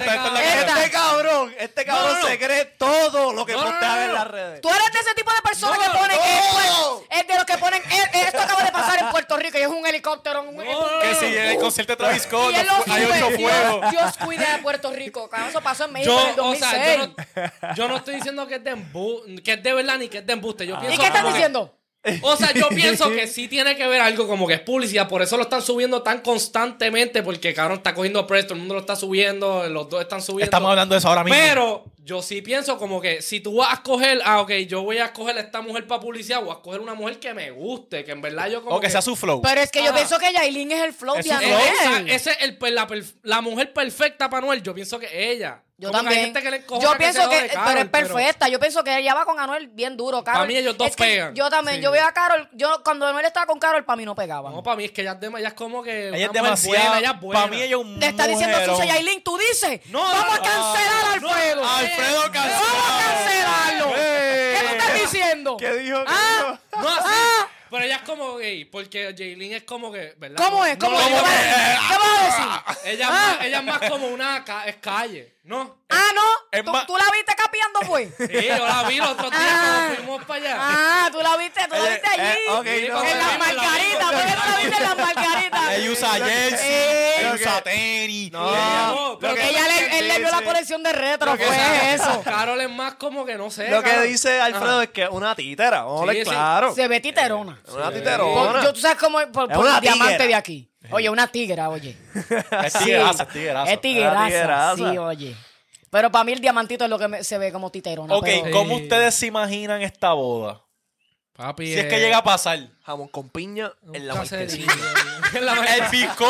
cara. Este cabrón no. se cree todo lo que No, postea no, en no. las redes. Tú eres de ese tipo de personas No, que ponen no. es de los que ponen esto acaba de pasar en Puerto Rico y es un helicóptero. Que si en el concierto de Travis Scott Y él lo hay sube. 8 fuegos. Dios cuide a Puerto Rico. Cabrón, eso pasó en México en el Yo, o 2006. sea, yo no estoy diciendo que es de que es de verdad ni que es de embuste. Yo pienso ¿Y qué estás como que- diciendo? O sea, yo pienso que sí tiene que ver algo como que es publicidad, por eso lo están subiendo tan constantemente, porque cabrón está cogiendo press, todo el mundo lo está subiendo, los dos están subiendo. Estamos hablando de eso ahora mismo. Pero yo sí pienso como que si tú vas a escoger, ok, yo voy a escoger a esta mujer para publicidad, voy a escoger una mujer que me guste, que en verdad yo como O que sea su flow. Pero es que yo Ah. pienso que Yailin es el flow Es de su Anuel. flow. esa es la mujer perfecta para Anuel, yo pienso que ella. Yo Como que hay también. gente que le encojona Yo que pienso sea que, de pero Karol, es perfecta. Yo pienso que ella va con Anuel bien duro. Karol. Pa' mí ellos dos Es que pegan. Yo también. Sí. Yo veo a Karol. Cuando Anuel estaba con Karol, para mí no pegaban. No, para mí es que ella es como que Ella es una mujer demasiado. buena, ella es buena. Para mí ella es un Te está diciendo mujerón. Sucia Yailin. Tú dices. No, Vamos a no, cancelar a Alfredo. Alfredo Vamos a cancelarlo. ¿Qué tú estás diciendo? ¿Qué dijo? Ah, No, así. Ah. Pero ella es como gay, porque Jaylin es como que, ¿verdad? ¿Cómo es? ¿Cómo No, es? ¿Qué ella- vas a decir? ¿Qué vas a decir? Ella es más como una es calle, ¿no? Ah, no. Es más- ¿Tú la viste capeando, pues? Sí, yo la vi los otros días Ah. cuando fuimos para allá. Ah, tú la viste allí. ok, Sí, no, En las no, margaritas. ¿Por qué tú la viste en las margaritas? Ella usa jersey, Eh, ella usa tenis. No. No, pero que- Él le vio la colección de retro, que- fue eso. Carol es más como que no sé. Lo que Carol. dice Alfredo Ajá. es que es una títera. Vamos a hablar Sí, sí. claro. Se ve titerona. Una Sí. titerona. Tú sabes cómo es por una el diamante tiguera. de aquí. Oye, una tigra, oye. Es tigueraza, es tigueraza. Es tigueraza. tigueraza. Sí, oye. Pero para mí el diamantito es lo que se ve como titerona. Ok, pero- ¿cómo ustedes se imaginan esta boda? Papi, Si es que llega a pasar. Jamón con piña en la caserío. marquesina. En la El marquesina.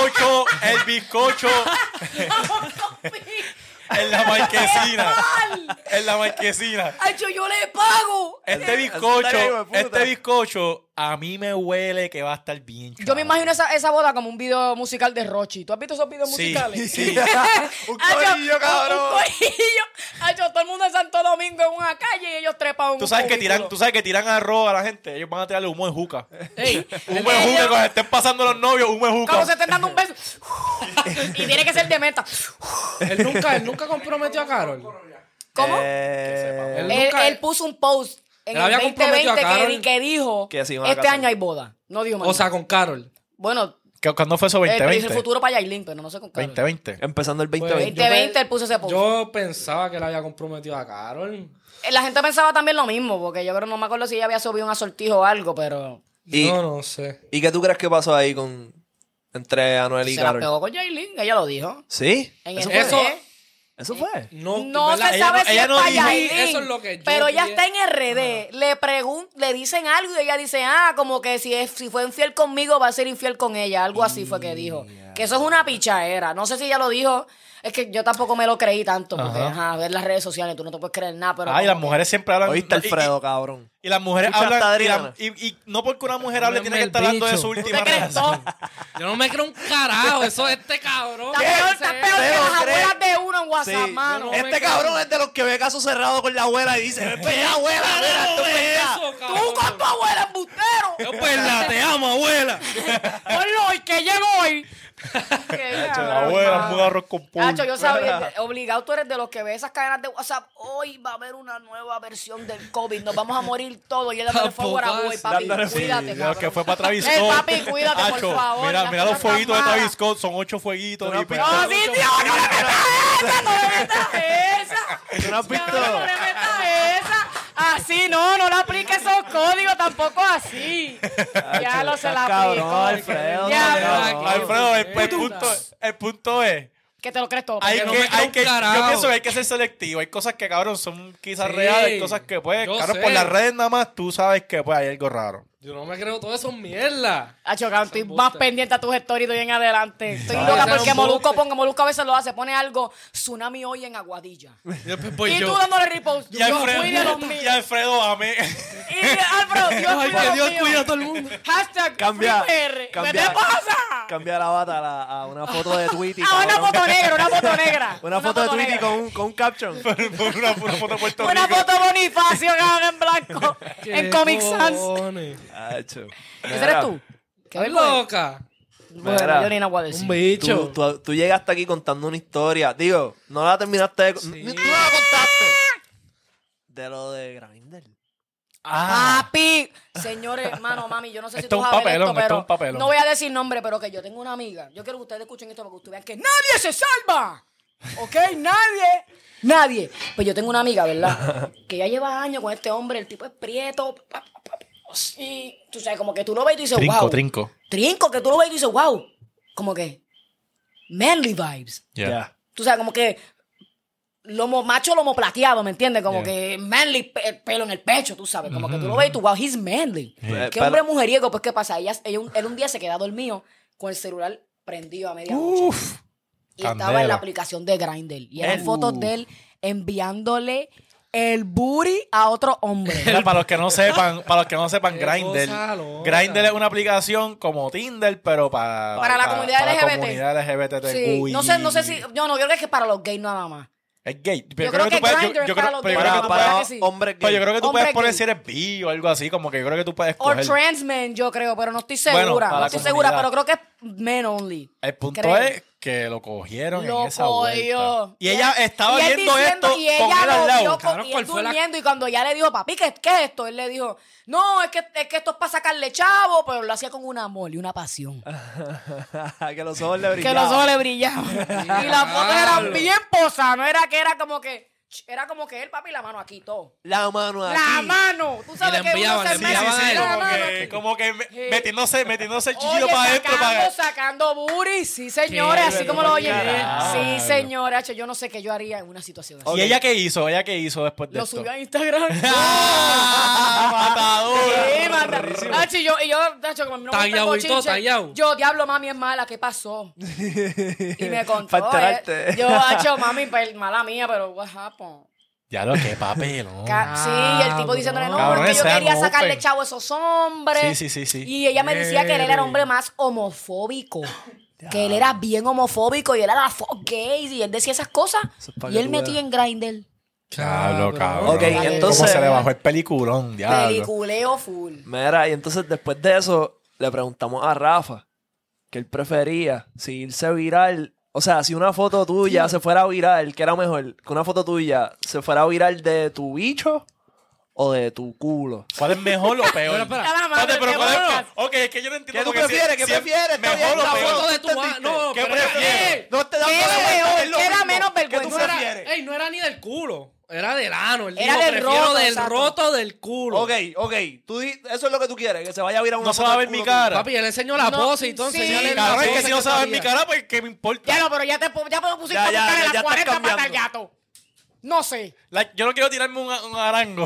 bizcocho en la marquesina. En la marquesina. ¡Ay, yo le pago! Este Eso estaría hijo de puta. este bizcocho a mí me huele que va a estar bien Yo me chavo. imagino esa boda como un video musical de Rochi. ¿Tú has visto esos videos Sí, musicales? sí. Un corillo, cabrón. Un corillo. Hacho, todo el mundo en Santo Domingo en una calle y ellos trepan un Tú sabes cubículo. que tiran arroz a la gente. Ellos van a tirarle humo en juca. Ey, Humo en juca cuando estén pasando los novios, humo en juca. Como se estén dando un beso. Y tiene que ser de menta. Él nunca comprometió a Carol. ¿Cómo? Él nunca- Él puso un post en Él el había comprometido a 2020 Carol. que dijo, Que se iban a este casar. año hay boda. No dijo más. O sea, con Carol. bueno, ¿Cuándo fue eso? él dice 2020. el futuro para Yailin, pero no sé con Carol. 2020. Empezando el Pues, 2020. 2020 él puso ese post. Yo pensaba que él había comprometido a Carol. La gente pensaba también lo mismo, porque yo creo, no me acuerdo si ella había subido un asortijo o algo, pero Y- Yo no sé. ¿Y qué tú crees que pasó ahí entre Anuel y se la Karol? pegó con Yailin, ella lo dijo. ¿Sí? En ¿Eso el fue? RD. ¿Eso fue? No ¿verdad? se Ella sabe no- si ella es no para dijo- Yailin, Eso es lo que yo pero ella quería. está en RD. Le dicen algo y ella dice, como que si fue infiel conmigo va a ser infiel con ella. Algo así fue que dijo. Que eso es una pichaera. No sé si ella lo dijo. Es que yo tampoco me lo creí tanto. Porque, ver las redes sociales, tú no te puedes creer nada. Pero Ay, las como que- mujeres siempre hablan. ¿Oíste, Alfredo, cabrón? Y las mujeres ¿Escuchaste hablan. a Y, Adriana? y no porque una mujer hable tiene que el estar hablando de bicho. su ¿Tú última te crees relación. todo? Yo no me creo un carajo. Eso es este cabrón. Está peor que ¿Pero las crees? abuelas de uno en WhatsApp, Sí, mano. yo no- Este cabrón es de los que ve caso cerrado con la abuela y dice, ven para allá, abuela, mira, esto es verdad". Eso, cabrón. Tú con tu abuela embustero. Es verdad, te amo, abuela. Ponlo hoy, que llegó hoy. Que La abuela, un arroz con pollo. Nacho, yo sabía, obligado tú eres de los que ve esas cadenas de WhatsApp. Hoy va a haber una nueva versión del COVID. Nos vamos a morir todos. Y él dándole forward a Boy, papi. Dándole Cuídate, De los cabrón. que fue para Travis Ey, Scott. papi, cuídate, por Acho, favor. Mira, Las mira los cosas fueguitos de malas. Travis Scott. Son 8 fueguitos. ¿Tú no y has pues- visto? No, sí, Dios, no le metas esa, no le metas esa. ¿Tú no has visto? No le metas esa. Así no le apliques esos códigos tampoco así. Ya lo se la cabrón, aplicó. Alfredo, Ya, cabrón. Alfredo, el punto es. que te lo crees todo. Hay porque que, no- hay que, yo carajo. pienso que hay que ser selectivo. Hay cosas que, cabrón, son quizás Sí, reales. Hay cosas que, pues, yo cabrón, sé. por las redes nada más tú sabes que, pues, hay algo raro. Yo no me creo todo eso mierda. Hacho, cabrón, estoy Son más embustes. pendiente a tus stories de hoy en adelante. Estoy Ay, loca ese porque embuste. Molusco a veces lo hace. Pone algo, tsunami hoy en Aguadilla. Y después voy Y yo. tú dándole repost. Y Yo fui de los Alfredo, míos. y Alfredo, amé. Y Alfredo, Dios Ay, cuida que los Dios míos. cuida a todo el mundo. Hashtag Cambia, FreePR. ¿Qué cambia. te pasa? Cambia la bata a una foto de Tweety. Ah, una cabrón. foto negra, una foto negra. Una foto de Tweety negra. con un caption. Por una foto de Puerto Una Rico. foto Bonifacio, cabrón, en blanco. En Comic Sans. cojones? Acho. ¿Ese eres tú? ¿Qué ¿Estás vergüenza? loca? Bueno, Mira. yo ni nada voy a decir. Un bicho. Tú llegaste aquí contando una historia. Digo, no la terminaste de... Sí. Ni tú la contaste. De lo de Grindr. Papi, señores, mano, mami, yo no sé si Esto tú es un sabes papelón, esto, esto pero es un papelón. no voy a decir nombre, pero que yo tengo una amiga. Yo quiero que ustedes escuchen esto para que ustedes vean que nadie se salva. ¿Ok? Nadie. Pues yo tengo una amiga, ¿verdad? Que ya lleva años con este hombre, el tipo es prieto. Y tú sabes, como que tú lo ves y tú dices, wow. Trinco. Trinco, que tú lo ves y tú dices, wow. Como que manly vibes. Ya. Tú sabes, como que lomo macho, lomo plateado, ¿me entiendes? Como Yeah. que manly, pelo en el pecho, tú sabes. Como que tú lo ves y tú, wow, he's manly. Yeah. Qué Pero- hombre mujeriego. Pues, ¿qué pasa? Él un día se queda dormido con el celular prendido a medianoche. Y estaba candela. en la aplicación de Grindr. Y eran fotos de él enviándole el booty a otro hombre. Mira, para los que no sepan, Qué Grindr. cosa loca. Grindr es una aplicación como Tinder, pero Para la comunidad para LGBT. la comunidad LGBTQ. Sí, no sé si, yo no, yo creo que es para los gays nada más. Es gay. Yo creo que Grindr es para los pero yo gays, creo que Para, tú ¿verdad para puedes- que sí? hombres pero gay. yo creo que tú Hombre puedes poner gay. si eres bi o algo así, como que yo creo que tú puedes O escoger. trans men, yo creo, pero no estoy Bueno, segura. para No la estoy segura, comunidad. pero creo que es men only. El punto Creo. es que lo cogieron Lo en esa cogió. vuelta. Y ella estaba Y él viendo diciendo- esto y con ella él al lo lado. vio Cabrón, y él ¿cuál fue la- durmiendo. Y cuando ya le dijo, papi, ¿qué es esto? Él le dijo, no, es que esto es para sacarle chavo, pero lo hacía con un amor y una pasión. Que los ojos le Que brillaban. los ojos le brillaban. Y las fotos eran bien posadas, no era que era como que... Era como que él, papi, la mano aquí, todo. La mano aquí. La mano. Tú sabes le que uno enviaban, se le mete enviaban así, a él. la Como mano que, aquí. como que Sí. metiéndose el chichillo Oye, para adentro. sacando booty, sí, señores, Qué así como lo oyen. carajo. Sí, señora, yo no sé qué yo haría en una situación así. ¿Y ella qué hizo? ¿Ella qué hizo después de Lo esto? subió a Instagram. ¡Matadora! Sí, manda. Nacho, y yo, Nacho, como a mí no me gusta el Tagueado y todo, bochinche, tagueado. yo, diablo, mami es mala, ¿qué pasó? Y me contó. Pa' enterarte. Yo, Nacho, mami, mala mía, pero what happened? Ya lo que papelón. Sí, y el tipo diciéndole, no, Cabrón, es que yo sean quería sacarle open. chavo a esos hombres. Sí. Y ella me decía que él era el hombre más homofóbico. Que él era bien homofóbico y él era fuck gays y él decía esas cosas. Eso es pa' Y que él tú metió veas. en Grindr. Cabrón. Ok, entonces- ¿Cómo se le bajó el peliculón? Diablo. Peliculeo full. Mira, y entonces después de eso le preguntamos a Rafa. que él prefería si irse viral. O sea, si una foto tuya se fuera viral, ¿qué era mejor? Que una foto tuya se fuera viral de tu bicho o de tu culo. ¿Cuál es mejor o peor? Pero espera. Espérate, pero ¿qué ¿cuál es? podcast? Ok, es que yo no entiendo. ¿Qué tú porque prefieres? ¿Qué si es prefieres? Está Mejor bien, o la peor. foto de tu ¿Entendiste? no, ¿Qué pero prefieres? No te da ¿Qué problema, peor? es lo ¿Qué da mismo. menos ¿Qué tú vergüenza? no era, prefieres? ey, no era ni del culo. Era del ano. Él Era dijo, del prefiero roto, del exacto. roto del culo. Ok. Eso es lo que tú quieres, que se vaya a virar una No se foto va a del ver mi culo cara. Papi, él enseñó la No, pose y todo. sí. enseñale la Cabrón, es que pose si no sabes mi sabía. cara, pues ¿qué me importa? Ya no, pero ya pusiste Ya, a ya, buscar ya en las estás 40 patas al cambiando. gato. No sé. Yo no quiero tirarme un arango.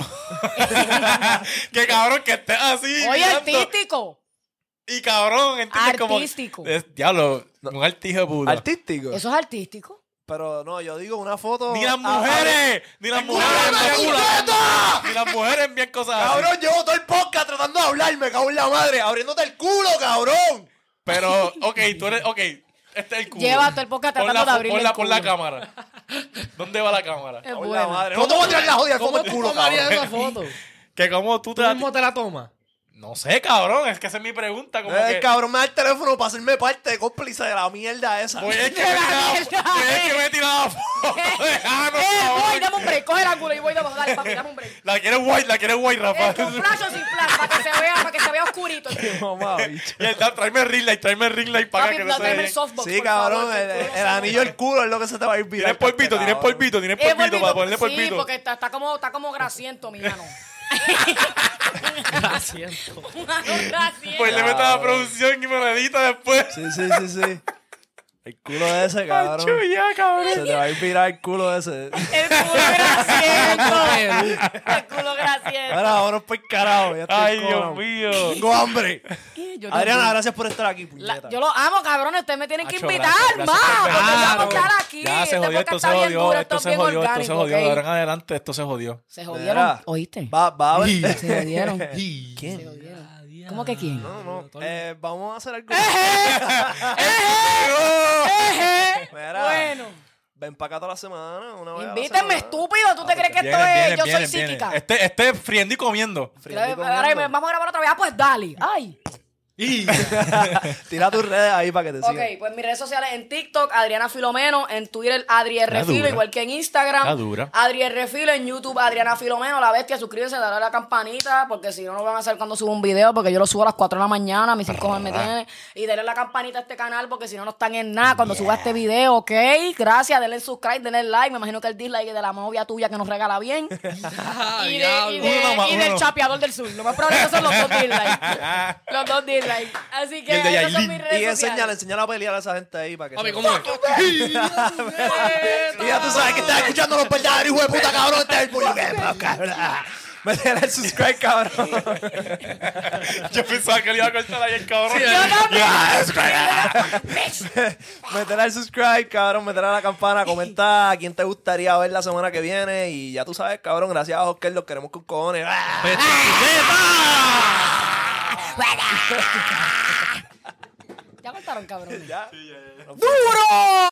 Que cabrón, que estés así. Oye, mirando. artístico. Y cabrón, ¿entiendes? Artístico. Diablo, un artista de puta. Artístico. Eso es artístico. Pero no, yo digo una foto. Ni las mujeres, ni las mujeres envían ni las mujeres envían cosas así. Cabrón, llevo todo el podcast tratando de hablar, me cago en la madre, abriéndote el culo, cabrón. Pero, ok, este es el culo. Lleva todo el podcast tratando de abrirle el Pon la culo. cámara. ¿Dónde va la cámara? Es Cago en la bueno. madre. No te voy a tirar la jodida ¿Cómo foto del tú culo, tomarías cabrón. esa foto? Que como tú ¿Tú te... mismo te la tomas? No sé, cabrón, es que esa es mi pregunta. Como que... Cabrón, me da el teléfono para hacerme parte de cómplice de la mierda esa. Pues es que De me la tiraba- mierda, pues es que me tiraba foto de ano, Voy, cabrón. dame un break. Coge el ángulo y voy de abajo. Dale, papi, dame un break. La quieres white, Rafa. ¿Con flash o sin flash? Para que se vea oscurito. Mamá, bicho. Y él, tráeme ring light para Papi, que no no, se tráeme vea. el softbox, Sí, por cabrón, favor, que el culo el se me anillo del culo es lo que se te va a ir viral. Tienes polvito para ponerle Sí, polvito. porque está como grasiento, mi mano. Gracias. Grasiento. Pues le meto a la producción y me lo edita después. Sí. El culo de ese, cabrón. Chuya, cabrón. Se te va a ir viral el culo de ese. El culo grasiento. El culo grasiento. Ahora, vámonos por el carajo. Ya estoy Ay, cojonado. Dios mío. Tengo hambre. Yo Adriana, también. gracias por estar aquí, puñeta. Yo lo amo, cabrones. Ustedes me tienen que Acho, invitar gracias, más. gracias, Porque yo claro. voy a estar aquí. Ya se Este jodió, podcast esto se está bien jodió, duro, esto es se bien jodió, esto se orgánico, jodió. ¿ok? De ahora en adelante esto se jodió. Se jodieron, Mira, ¿oíste? Va a ver. Se jodieron. ¿Quién? Se jodieron. ¿Cómo que quién? No. Vamos a hacer algo. Mira, Bueno, ven para acá toda la semana. Una vez a la invítenme, semana. estúpido. ¿Tú te crees que esto es? Yo soy psíquica. Este es friendo y comiendo. Friendo y Ahora comiendo. vamos a grabar otra vez. Ah, pues dale. Ay. Tira tus redes ahí para que te sigan. Ok, pues mis redes sociales en TikTok, Adriana Filomeno, en Twitter, Adri R. La Filo, dura. igual que en Instagram. La dura. Adri R. Filo, en YouTube, Adriana Filomeno, la bestia, suscríbanse, dale a la campanita, porque si no, no van a hacer cuando subo un video, porque yo lo subo a las 4 de la mañana, mis 5 me tienen. Y denle a la campanita a este canal, porque si no, no están en nada cuando suba este video, ¿ok? Gracias, denle subscribe, denle like. Me imagino que el dislike es de la novia tuya que nos regala bien. y del chapeador del sur. Lo más probable es que son los dos dislikes. Los dos dislikes. Así que Y el de esas son Yailin. mis redes Y sociales. enseñala a pelear a esa gente ahí para que Papi, sepa. ¿cómo es? Y ya tú sabes que estás escuchando los verdaderos hijos de puta, cabrón. Este es el Pollo Game, cabrón. Métele el subscribe, cabrón. Yo pensaba que le iba a cortar ahí el cabrón. Métele al subscribe, cabrón. Métele a la campana. Comenta a quién te gustaría ver la semana que viene. Y ya tú sabes, cabrón. Gracias a Oscar, los queremos con cojones. Ya cortaron, cabrón. Ya. ¡Duro!